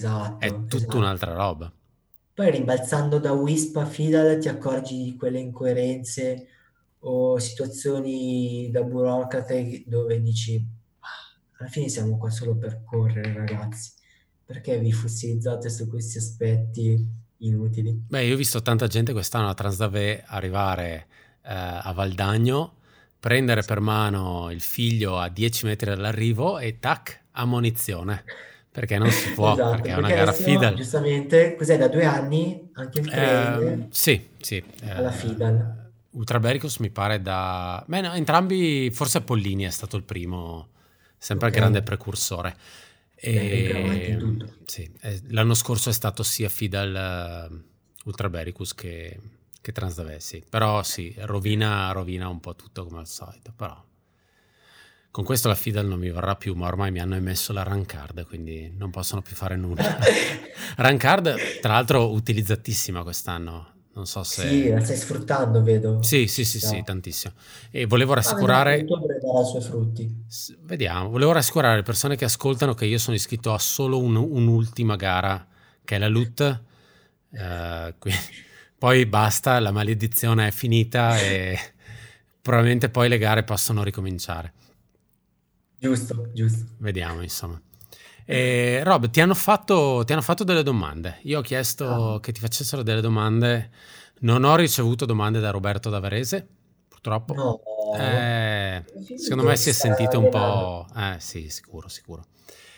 è Esatto, tutta esatto. un'altra roba. Poi rimbalzando da Wisp a Fidal ti accorgi di quelle incoerenze o situazioni da burocrate dove dici, "Ah, alla fine siamo qua solo per correre, ragazzi. Perché vi fossilizzate su questi aspetti inutili?" Beh, io ho visto tanta gente quest'anno a Transdavé arrivare a Valdagno, prendere per mano il figlio a 10 metri dall'arrivo e tac, ammonizione. Perché non si può, Esatto, perché è una perché gara adesso FIDAL. giustamente, cos'è, da 2 anni anche il trail Sì, sì. alla FIDAL. Ultrabericus mi pare da... Beh, no, entrambi, forse Pollini è stato il primo, sempre il Ok, grande precursore. beh, lui è più avanti in E tutto. sì, l'anno scorso è stato sia Fidal Ultrabericus che Transdavé, sì. Però sì, rovina un po' tutto come al solito, però... Con questo la Fidal non mi varrà più, ma ormai mi hanno emesso la Rancard, quindi non possono più fare nulla. Rancard, tra l'altro, utilizzatissima quest'anno. Non so Sì, se... la stai sfruttando, vedo. Sì, sì, Ci sì, sì, sta. tantissimo. E volevo Ma vedrai che rassicurare... ottobre darà i suoi frutti. Vediamo, volevo rassicurare le persone che ascoltano che io sono iscritto a solo un'ultima gara, che è la LUT. Quindi poi basta, la maledizione è finita e probabilmente poi le gare possono ricominciare. Giusto, giusto. Vediamo, insomma. Rob, ti hanno fatto delle domande. Io ho Ah, chiesto che ti facessero delle domande. Non ho ricevuto domande da Roberto da Varese, purtroppo. no, è Secondo me finito, si si è sta sentito un allenando. po'... sì, sicuro, sicuro.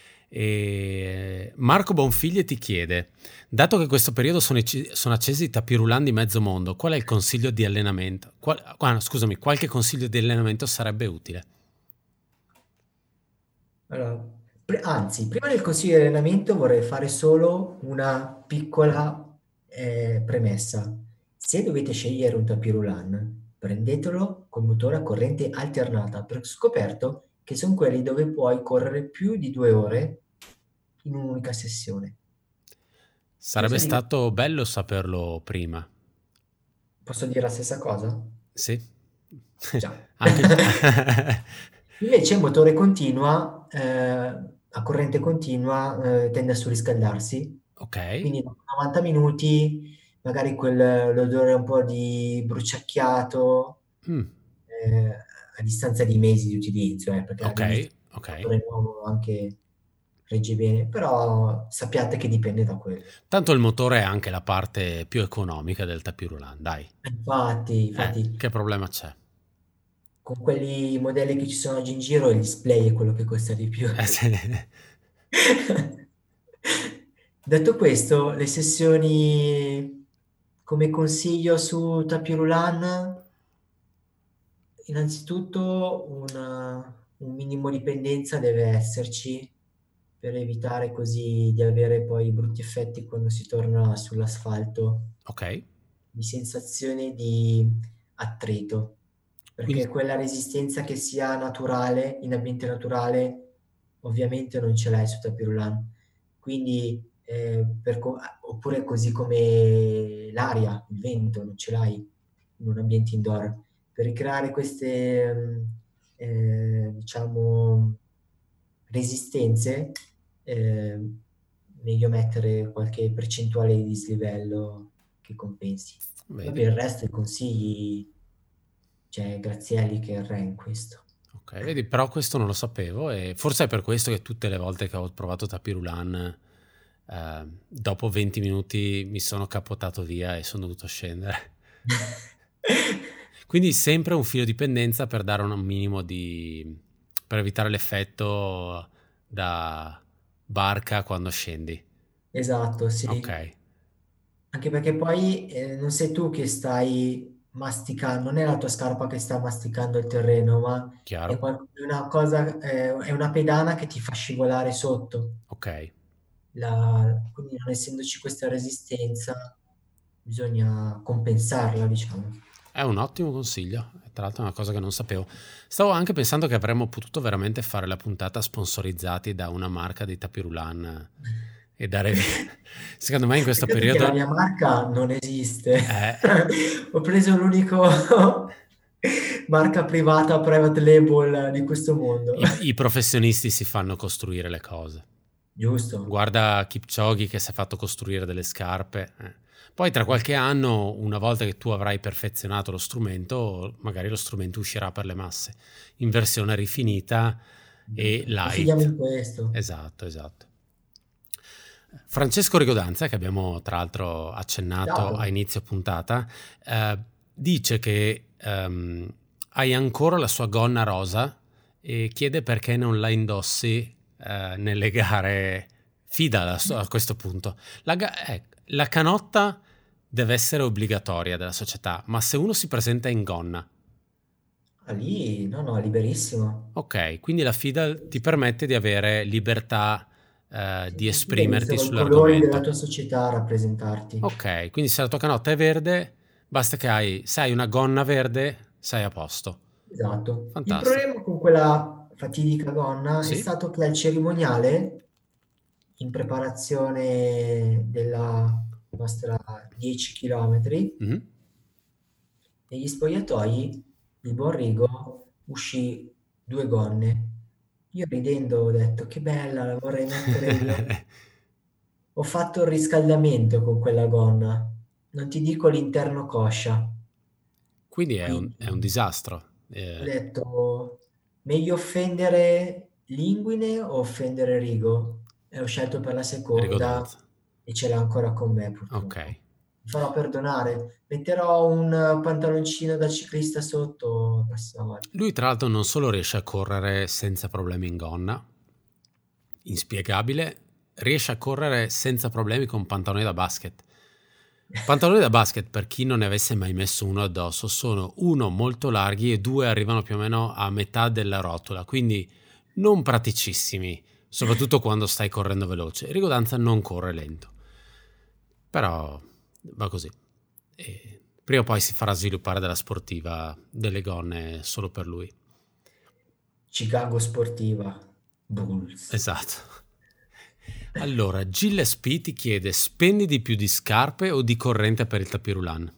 Marco Bonfigli ti chiede, dato che questo periodo sono accesi i tapirulan di mezzo mondo, qual è il consiglio di allenamento? Scusami, qualche consiglio di allenamento sarebbe utile? Allora, anzi, prima del consiglio di allenamento vorrei fare solo una piccola premessa. Se dovete scegliere un tapirulan, prendetelo con motore a corrente alternata, perché ho scoperto che sono quelli dove puoi correre più di 2 ore in un'unica sessione. Sarebbe Cosa dico? stato bello saperlo prima. Posso dire la stessa cosa? Sì. Già. Anche il... Invece il motore continua, a corrente continua, tende a surriscaldarsi, Ok. quindi dopo 90 minuti magari l'odore un po' di bruciacchiato, Mm, eh, a distanza di mesi di utilizzo, perché ok, all'inizio il ok. motore nuovo anche regge bene, però sappiate che dipende da quello. Tanto il motore è anche la parte più economica del tapirulan, dai. Infatti, Che problema c'è? con quelli modelli che ci sono oggi in giro, il display è quello che costa di più. Sì. Detto questo, le sessioni come consiglio su Tapirulan, innanzitutto un minimo di pendenza deve esserci per evitare così di avere poi brutti effetti quando si torna sull'asfalto, Ok. di sensazione di attrito, perché Quindi quella resistenza che sia naturale, in ambiente naturale, ovviamente non ce l'hai su Tapirulan. Quindi, oppure così come l'aria, il vento, non ce l'hai in un ambiente indoor. Per ricreare queste, diciamo, resistenze, eh, meglio mettere qualche percentuale di dislivello che compensi. Poi per vedi. il resto i consigli, c'è Grazielli che è il re in questo. Ok, vedi, però questo non lo sapevo e forse è per questo che tutte le volte che ho provato tapirulan, dopo 20 minuti mi sono capotato via e sono dovuto scendere. Quindi sempre un filo di pendenza per dare un minimo di... per evitare l'effetto da barca quando scendi. Esatto, Ok, sì. Anche perché poi non sei tu che stai masticando, non è la tua scarpa che sta masticando il terreno, ma chiaro. è una cosa, è una pedana che ti fa scivolare sotto. Ok. quindi non essendoci questa resistenza, bisogna compensarla, diciamo. È un ottimo consiglio, tra l'altro è una cosa che non sapevo. Stavo anche pensando che avremmo potuto veramente fare la puntata sponsorizzati da una marca di tapirulan e dare via. Secondo me in questo Peccato che la periodo mia marca non esiste. eh, Ho preso l'unico marca privata, private label di questo mondo. i professionisti si fanno costruire le cose. Giusto, Guarda Kipchoge che si è fatto costruire delle scarpe. Poi tra qualche anno, una volta che tu avrai perfezionato lo strumento, magari lo strumento uscirà per le masse in versione rifinita e confidiamo light. in questo. Esatto, esatto. Francesco Rigodanza, che abbiamo tra l'altro accennato a Dato. inizio puntata, dice che hai ancora la sua gonna rosa e chiede perché non la indossi nelle gare FIDA a questo punto. La canotta deve essere obbligatoria della società, ma se uno si presenta in gonna, Ah, lì, no, no, liberissimo. ok, quindi la FIDA ti permette di avere libertà Sì, di sì, sì, devi esprimerti solo i colori della sull'argomento. tua società a rappresentarti. Ok, quindi se la tua canotta è verde, basta che sai una gonna verde, sei a posto. Esatto. Il Fantastico. problema con quella fatidica gonna è Sì? stato che al cerimoniale, in preparazione della nostra 10 chilometri, Mhm. negli spogliatoi il buon Rigo uscì 2 gonne. Io ridendo ho detto: "Che bella, la vorrei mettere io". Ho fatto il riscaldamento con quella gonna, non ti dico l'interno coscia. Quindi è un Quindi disastro. ho detto: "Meglio offendere Linguine o offendere Rigo?" E ho scelto per la seconda Ricordanza. e ce l'ha ancora con me Ok. purtroppo. Mi farò perdonare. Metterò un pantaloncino da ciclista sotto la prossima volta. Lui tra l'altro non solo riesce a correre senza problemi in gonna, inspiegabile, riesce a correre senza problemi con pantaloni da basket. Pantaloni da basket, per chi non ne avesse mai messo uno addosso, sono uno molto larghi e due arrivano più o meno a metà della rotola, quindi non praticissimi, soprattutto quando stai correndo veloce. Rigo Danza non corre lento, però va così. E prima o poi si farà sviluppare della sportiva, delle gonne solo per lui. Chicago Sportiva Bulls. Esatto. Allora, Gillespie ti chiede: spendi di più di scarpe o di corrente per il tapirulan?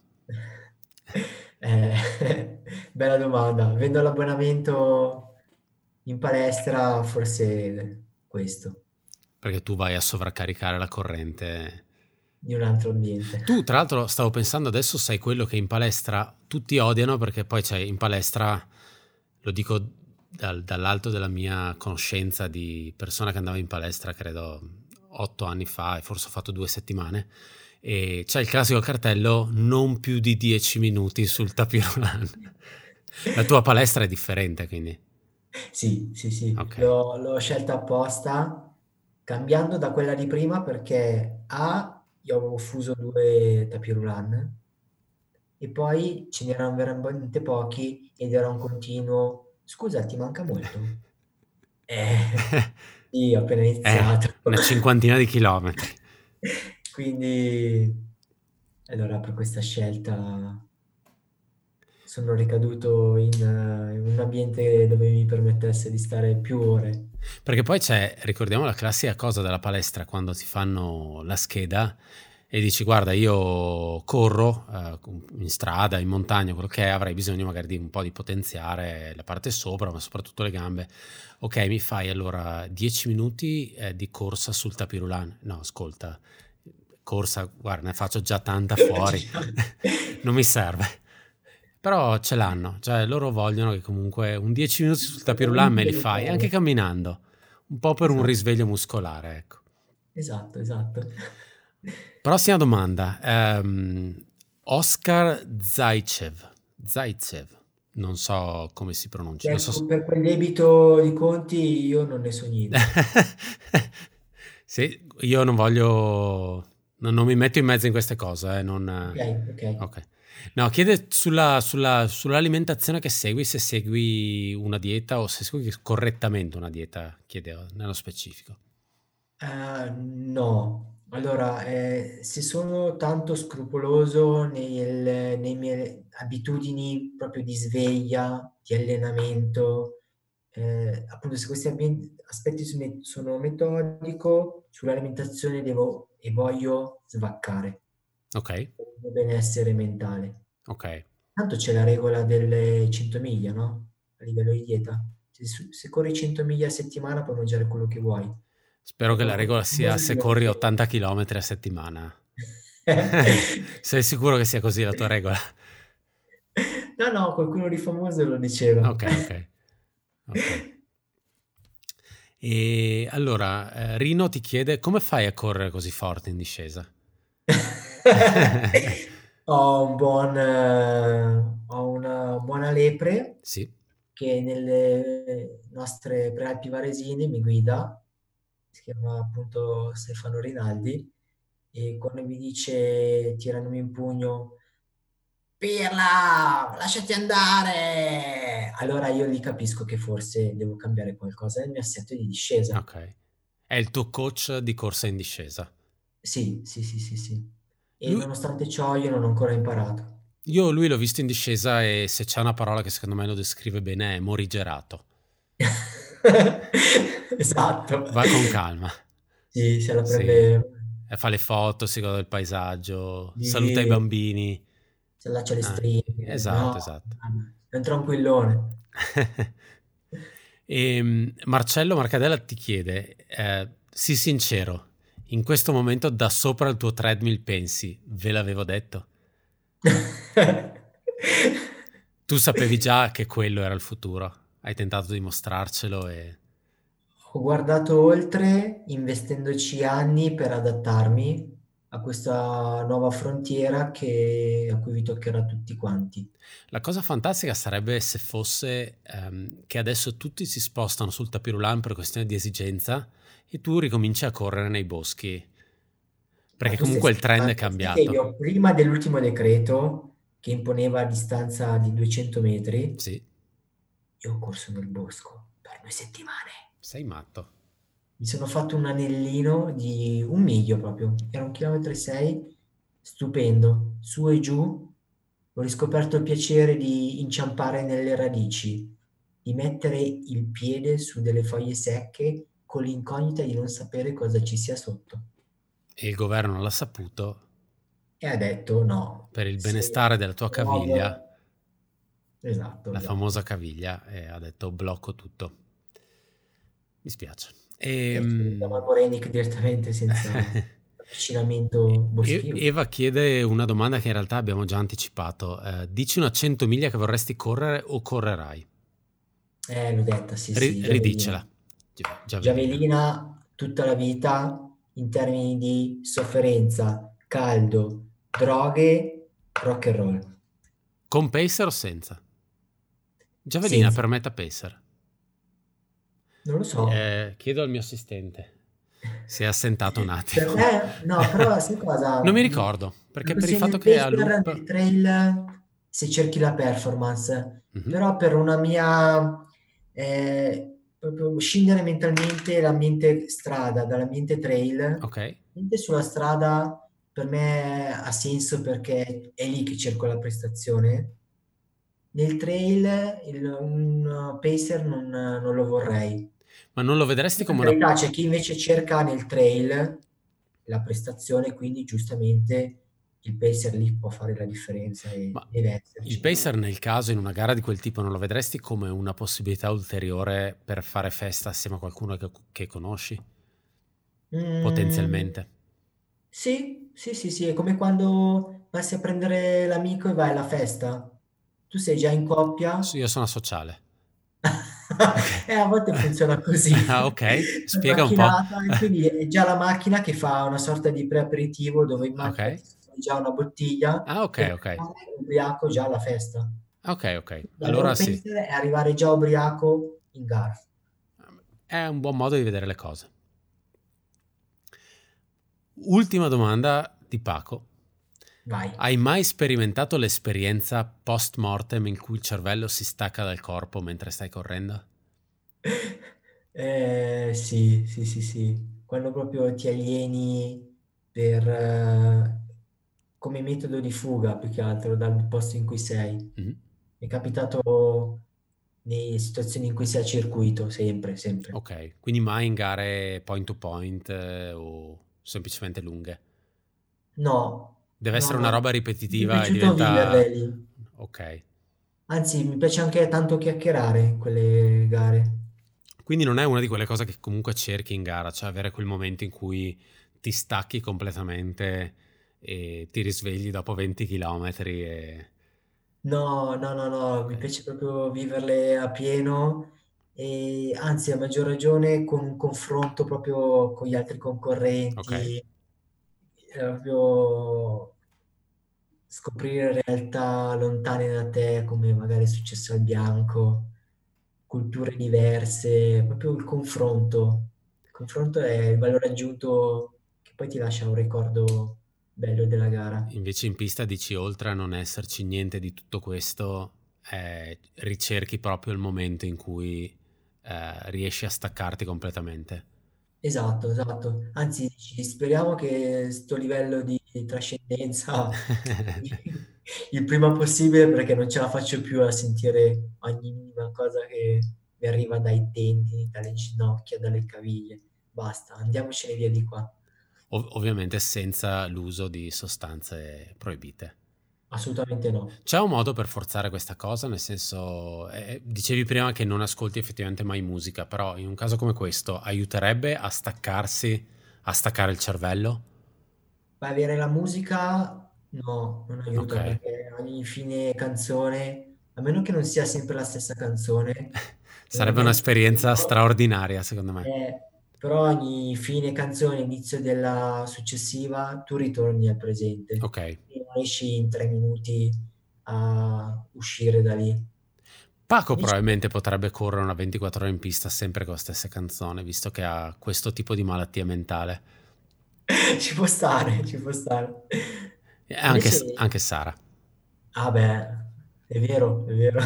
Bella domanda. Vendo l'abbonamento in palestra, forse questo, Perché tu vai a sovraccaricare la corrente. di un altro ambiente. Tu, tra l'altro, stavo pensando adesso, sei quello che in palestra tutti odiano perché poi c'è in palestra, lo dico dall'alto della mia conoscenza di persona che andava in palestra, credo 8 anni fa, e forse ho fatto 2 settimane, e c'è il classico cartello non più di 10 minuti sul tapirulan. La tua palestra è differente, quindi. Sì, sì, sì, Ok. l'ho scelta apposta, cambiando da quella di prima perché io avevo fuso 2 tapirulan e poi ce n'erano veramente pochi ed era un continuo: "Scusa, ti manca molto?" Sì, ho appena iniziato. Una cinquantina di chilometri. Quindi allora per questa scelta sono ricaduto in un ambiente dove mi permettesse di stare più ore. Perché poi c'è, ricordiamo la classica cosa della palestra quando ti fanno la scheda e dici guarda io corro in strada, in montagna, quello che è, avrei bisogno magari di un po' di potenziare la parte sopra, ma soprattutto le gambe. Ok, mi fai allora 10 minuti di corsa sul tapirulan. No, ascolta, corsa, guarda, ne faccio già tanta fuori, non mi serve. Però ce l'hanno, cioè loro vogliono che comunque un 10 minuti sul tapirulan me Comunque li le fai, anche cose. camminando, un po' per un Esatto, risveglio muscolare, ecco. esatto, esatto. Prossima domanda. Oscar Zaitsev, non so come si pronunci, non so. Per quel debito di conti io non ne so niente. Sì, io non voglio, non mi metto in mezzo in queste cose, Ok, ok. ok. No, chiede sull'alimentazione che segui, se segui una dieta o se segui correttamente una dieta, chiede nello specifico. No. Allora, se sono tanto scrupoloso nei miei abitudini proprio di sveglia, di allenamento, appunto se questi aspetti sono metodico, sull'alimentazione devo e voglio svaccare, Ok, per il mio benessere mentale. ok. Tanto c'è la regola delle 100 miglia, no? A livello di dieta. Se corri 100 miglia a settimana puoi mangiare quello che vuoi. Spero che la Ecco, quelle regola sia famose se delle corri regole. 80 km a settimana. Sei sicuro che sia così la tua regola? No, no, qualcuno di famoso lo diceva. Ok, ok, ok. E allora, Rino ti chiede come fai a correre così forte in discesa? Ho una buona lepre Sì, che nelle nostre prealpi varesine mi guida, si chiama appunto Stefano Rinaldi, e quando mi dice, tirandomi in pugno, Pirla, lasciati andare! Allora io lì capisco che forse devo cambiare qualcosa nel mio assetto di discesa. ok. È il tuo coach di corsa in discesa. Sì, sì, sì, sì, sì. E Lui, nonostante ciò io non ho ancora imparato. io lui l'ho visto in discesa e se c'è una parola che secondo me lo descrive bene è morigerato. Esatto. Va con calma. Sì, se la Sì. prende E fa le foto, si gode del paesaggio, saluta i lì, bambini. si allaccia le Ah, stringhe. No, esatto, esatto. è un tranquillone. Marcello Marcadella ti chiede, sii sincero, in questo momento da sopra il tuo treadmill pensi, ve l'avevo detto? Tu sapevi già che quello era il futuro, hai tentato di mostrarcelo e... Ho guardato oltre, investendoci anni per adattarmi a questa nuova frontiera a cui vi toccherà tutti quanti. La cosa fantastica sarebbe se fosse che adesso tutti si spostano sul tapirulan per questione di esigenza e tu ricominci a correre nei boschi, Ma perché tu stai comunque il trend è scherzando? Sai che cambiato. io prima dell'ultimo decreto, che imponeva a distanza di 200 metri, Sì, io ho corso nel bosco per 2 settimane. sei matto. Mi sono fatto un anellino di 1 miglio proprio, era 1,6 km, stupendo, su e giù. Ho riscoperto il piacere di inciampare nelle radici, di mettere il piede su delle foglie secche con l'incognita di non sapere cosa ci sia sotto. E il governo l'ha saputo E ha detto no, per il se benestare della tua caviglia, Bob, esatto, la esatto. famosa caviglia, e ha detto blocco tutto. Mi spiace. E ci chiama Morenic direttamente senza avvicinamento boschivo. Eva chiede una domanda che in realtà abbiamo già anticipato. Dici una 100 miglia che vorresti correre o correrai? L'ho detta, sì, sì, Giavellina. Ridicela. Giavellina. Giavellina tutta la vita in termini di sofferenza, caldo, droghe, rock and roll. Con pacer o senza? Giavellina Senza. per meta pacer. Non lo so. Chiedo al mio assistente. Si è assentato un attimo. Per me, no, però sai cosa? Non mi ricordo, La perché per il questione fatto del che a pacer nel loop... trail, se cerchi la performance, Mhm, però per una mia, proprio scindere mentalmente l'ambiente strada dall'ambiente trail, ok. l'ambiente sulla strada per me ha senso perché è lì che cerco la prestazione. Nel trail un pacer non lo vorrei. Ma non lo vedresti Per come una... carità, c'è chi invece cerca nel trail la prestazione, quindi giustamente il pacer lì può fare la differenza e Ma deve il esserci. pacer nel caso in una gara di quel tipo non lo vedresti come una possibilità ulteriore per fare festa assieme a qualcuno che conosci? Mm, Potenzialmente. sì, sì, sì, sì, è come quando passi a prendere l'amico e vai alla festa. Tu sei già in Sì, coppia. io sono sociale. Ok. A volte funziona così. Ah, ok. La Spiega un po'. macchinata, e quindi è già la macchina che fa una sorta di pre-aperitivo dove in Ok. macchina ti servi già una bottiglia Ah, ok, per ok. arrivare ubriaco già alla festa. Ok, ok. Il loro Allora sì. pacer è arrivare già ubriaco in gara. È un buon modo di vedere le cose. Ultima domanda di Paco. Vai. Hai mai sperimentato l'esperienza post-mortem in cui il cervello si stacca dal corpo mentre stai correndo? Sì, sì, sì, sì. quando proprio ti alieni per, come metodo di fuga più che altro dal posto in cui sei. Mhm. Mi è capitato nelle situazioni in cui sei a circuito, sempre, sempre. Ok, quindi mai in gare point to point o semplicemente lunghe. No, Deve no, essere una no, roba mi è ripetitiva e piaciuto diventa... viverle lì. Ok. Anzi, mi piace anche tanto chiacchierare in quelle gare. Quindi non è una di quelle cose che comunque cerchi in gara, cioè avere quel momento in cui ti stacchi completamente e ti risvegli dopo 20 km e... No, no, no, no, Ok, mi piace proprio viverle a pieno e anzi, a maggior ragione con un confronto proprio con gli altri ok. concorrenti, proprio scoprire realtà lontane da te, come magari è successo al bianco, culture diverse, proprio il confronto. Il confronto è il valore aggiunto che poi ti lascia un ricordo bello della gara. Invece in pista dici, oltre a non esserci niente di tutto questo, ricerchi proprio il momento in cui riesci a staccarti completamente. Esatto, esatto. Anzi, speriamo che sto livello di trascendenza il prima possibile perché non ce la faccio più a sentire ogni minima cosa che mi arriva dai tendini, dalle ginocchia, dalle caviglie. Basta, andiamocene via di qua. Ovviamente senza l'uso di sostanze proibite. Assolutamente no. C'è un modo per forzare questa cosa? Nel senso, dicevi prima che non ascolti effettivamente mai musica, però in un caso come questo aiuterebbe a staccarsi, a staccare il cervello? Ma avere la musica no, non Ok. aiuta perché ogni fine canzone, a meno che non sia sempre la stessa canzone, non è Sarebbe mai un'esperienza piaciuto. straordinaria, secondo me. Però ogni fine canzone, inizio della successiva, tu ritorni al presente. Ok. E non riesci in 3 minuti a uscire da lì. Paco Invece probabilmente potrebbe correre una 24 ore in pista sempre con la stessa canzone, visto che ha questo tipo di malattia mentale. ci può stare, ci può stare. E anche, Invece, anche Sara. ah beh, è vero, è vero.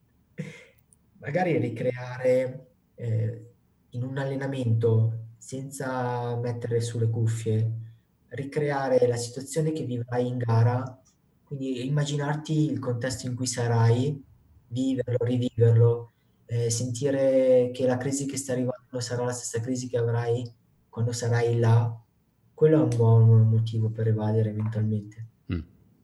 Magari ricreare in un allenamento senza mettere sulle cuffie, ricreare la situazione che vivrai in gara, quindi immaginarti il contesto in cui sarai, viverlo, riviverlo, sentire che la crisi che sta arrivando sarà la stessa crisi che avrai quando sarai là, quello è un buon motivo per evadere mentalmente. Mm.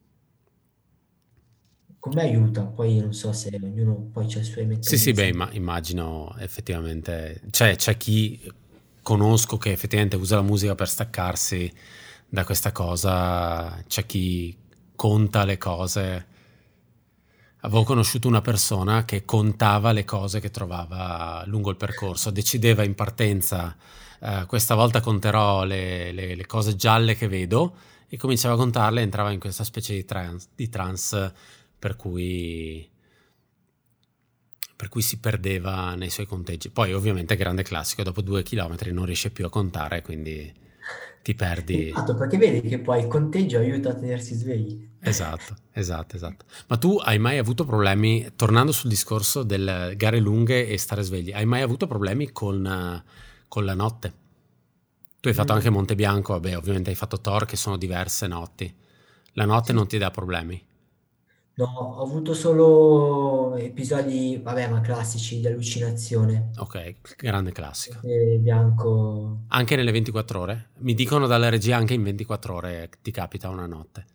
Con me aiuta, poi non so se ognuno poi c'ha i suoi Sì, sì, beh, meccanismi. immagino effettivamente. C'è chi conosco che effettivamente usa la musica per staccarsi da questa cosa, c'è chi conta le cose. Avevo conosciuto una persona che contava le cose che trovava lungo il percorso, decideva in partenza, questa volta conterò le cose gialle che vedo, e cominciava a contarle e entrava in questa specie di trance per cui, per cui si perdeva nei suoi conteggi. Poi ovviamente grande classico, dopo 2 chilometri non riesce più a contare, quindi ti perdi. Esatto, perché vedi che poi il conteggio aiuta a tenersi svegli. Esatto, esatto, esatto. Ma tu hai mai avuto problemi, tornando sul discorso delle gare lunghe e stare svegli, hai mai avuto problemi con la notte? Tu hai fatto anche Mm, Monte Bianco, vabbè, ovviamente hai fatto Tor, che sono diverse notti. La notte sì, non sì. ti dà problemi. No, ho avuto solo episodi, vabbè, ma classici di allucinazione. Ok, grande classico. Bianco. Anche nelle 24 ore? Mi dicono dalla regia anche in 24 ore ti capita una notte.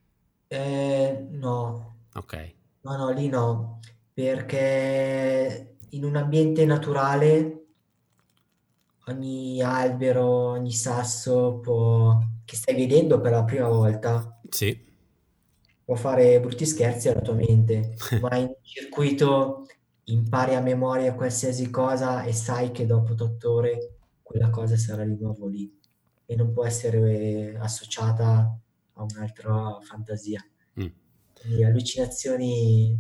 No, Ok. no, no, lì no, perché in un ambiente naturale ogni albero, ogni sasso che stai vedendo per la prima volta Sì. può fare brutti scherzi alla tua mente, ma in un circuito impari a memoria qualsiasi cosa e sai che dopo 8 ore quella cosa sarà di nuovo lì e non può essere associata a un'altra fantasia. Mm. Quindi allucinazioni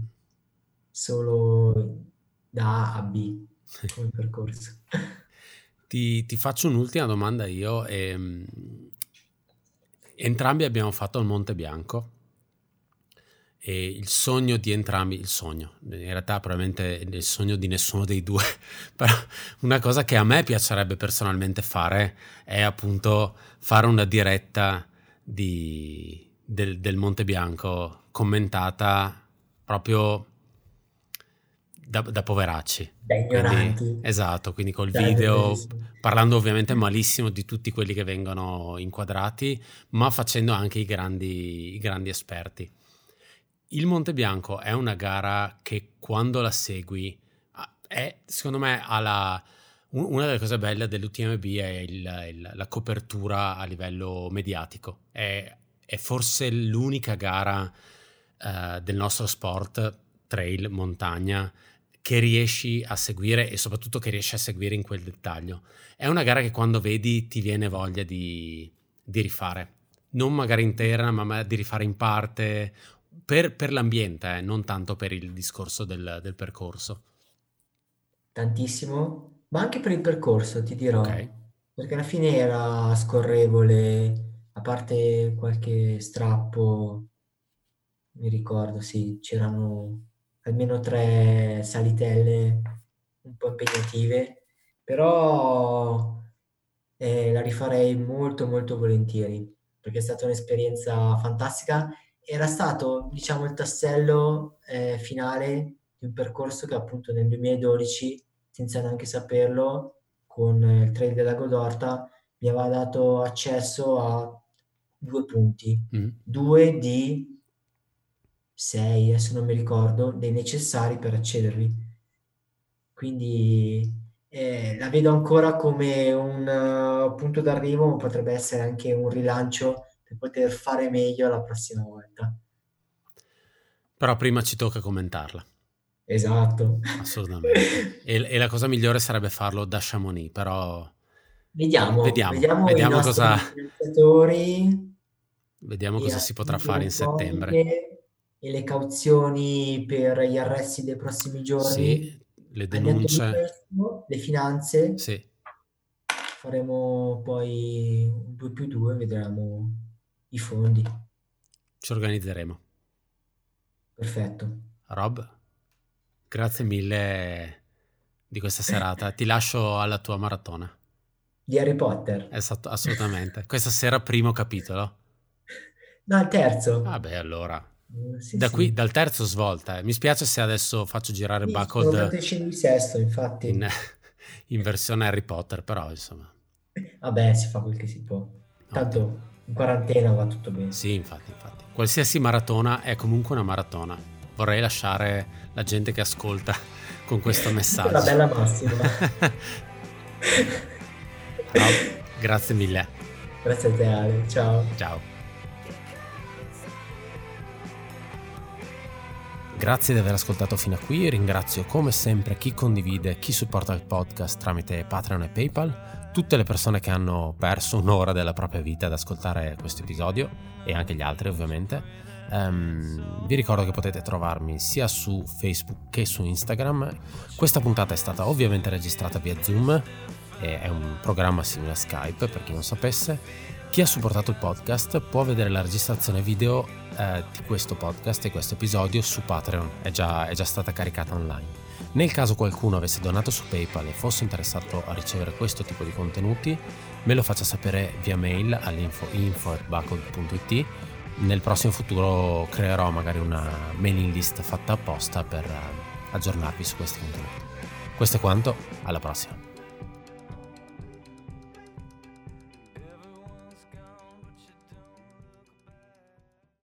solo da A a B come percorso. Ti faccio un'ultima domanda io. Entrambi abbiamo fatto il Monte Bianco e il sogno di entrambi, in realtà probabilmente il sogno di nessuno dei due, però una cosa che a me piacerebbe personalmente fare è appunto fare una diretta del Monte Bianco commentata proprio da poveracci. Da ignoranti. Esatto, quindi col Sarebbe video, bellissimo. parlando ovviamente malissimo di tutti quelli che vengono inquadrati, ma facendo anche i grandi esperti. Il Monte Bianco è una gara che quando la segui secondo me una delle cose belle dell'UTMB è la copertura a livello mediatico. È forse l'unica gara del nostro sport, trail, montagna, che riesci a seguire e soprattutto che riesci a seguire in quel dettaglio. È una gara che quando vedi ti viene voglia di rifare. Non magari intera, ma di rifare in parte, per l'ambiente, non tanto per il discorso del percorso. Tantissimo, ma anche per il percorso, ti dirò, Ok. perché alla fine era scorrevole, a parte qualche strappo, mi ricordo, sì, c'erano almeno 3 salitelle un po' impegnative, però la rifarei molto molto volentieri, perché è stata un'esperienza fantastica. Era stato, diciamo, il tassello finale di un percorso che appunto nel 2012, senza neanche saperlo, con il Trail della Godorta, mi aveva dato accesso a 2 punti, 2 di 6, adesso non mi ricordo, dei necessari per accedervi. Quindi la vedo ancora come un punto d'arrivo, ma potrebbe essere anche un rilancio per poter fare meglio la prossima volta. Però prima ci tocca commentarla. Esatto. Assolutamente. E la cosa migliore sarebbe farlo da Chamonix, però Vediamo i vediamo nostri finanziatori e cosa si potrà attività fare in settembre. elettroniche e le cauzioni per gli arresti dei prossimi Sì, giorni. le Al netto di denunce, questo, le finanze, sì, faremo poi un 2+2, vedremo i fondi. ci organizzeremo. Perfetto. Rob, grazie mille di questa serata. Ti lascio alla tua maratona. Di Harry Potter. Esatto, assolutamente. Questa sera primo capitolo. No, il terzo. Vabbè, allora. Sì, Da qui, sì. dal terzo svolta. Mi spiace se adesso faccio girare Sì, sono Buckled andato di sesto, in, infatti. in versione Harry Potter, però insomma, Vabbè, si fa quel che si può. ottimo. Tanto in quarantena va tutto bene. Sì, infatti. Qualsiasi maratona è comunque una maratona. Vorrei lasciare la gente che ascolta con questo Questa è una messaggio. bella massima. Rob, grazie mille. Grazie a te, Ale. Ciao. Ciao. Grazie di aver ascoltato fino a qui, ringrazio come sempre chi condivide, chi supporta il podcast tramite Patreon e PayPal, tutte le persone che hanno perso un'ora della propria vita ad ascoltare questo episodio e anche gli altri ovviamente. Vi ricordo che potete trovarmi sia su Facebook che su Instagram. Questa puntata è stata ovviamente registrata via Zoom, è un programma simile a Skype per chi non sapesse. Chi ha supportato il podcast può vedere la registrazione video di questo podcast e questo episodio su Patreon, è già stata caricata online. Nel caso qualcuno avesse donato su PayPal e fosse interessato a ricevere questo tipo di contenuti, me lo faccia sapere via mail all'info@buckled.it. Nel prossimo futuro creerò magari una mailing list fatta apposta per aggiornarvi su questi contenuti. Questo è quanto, alla prossima.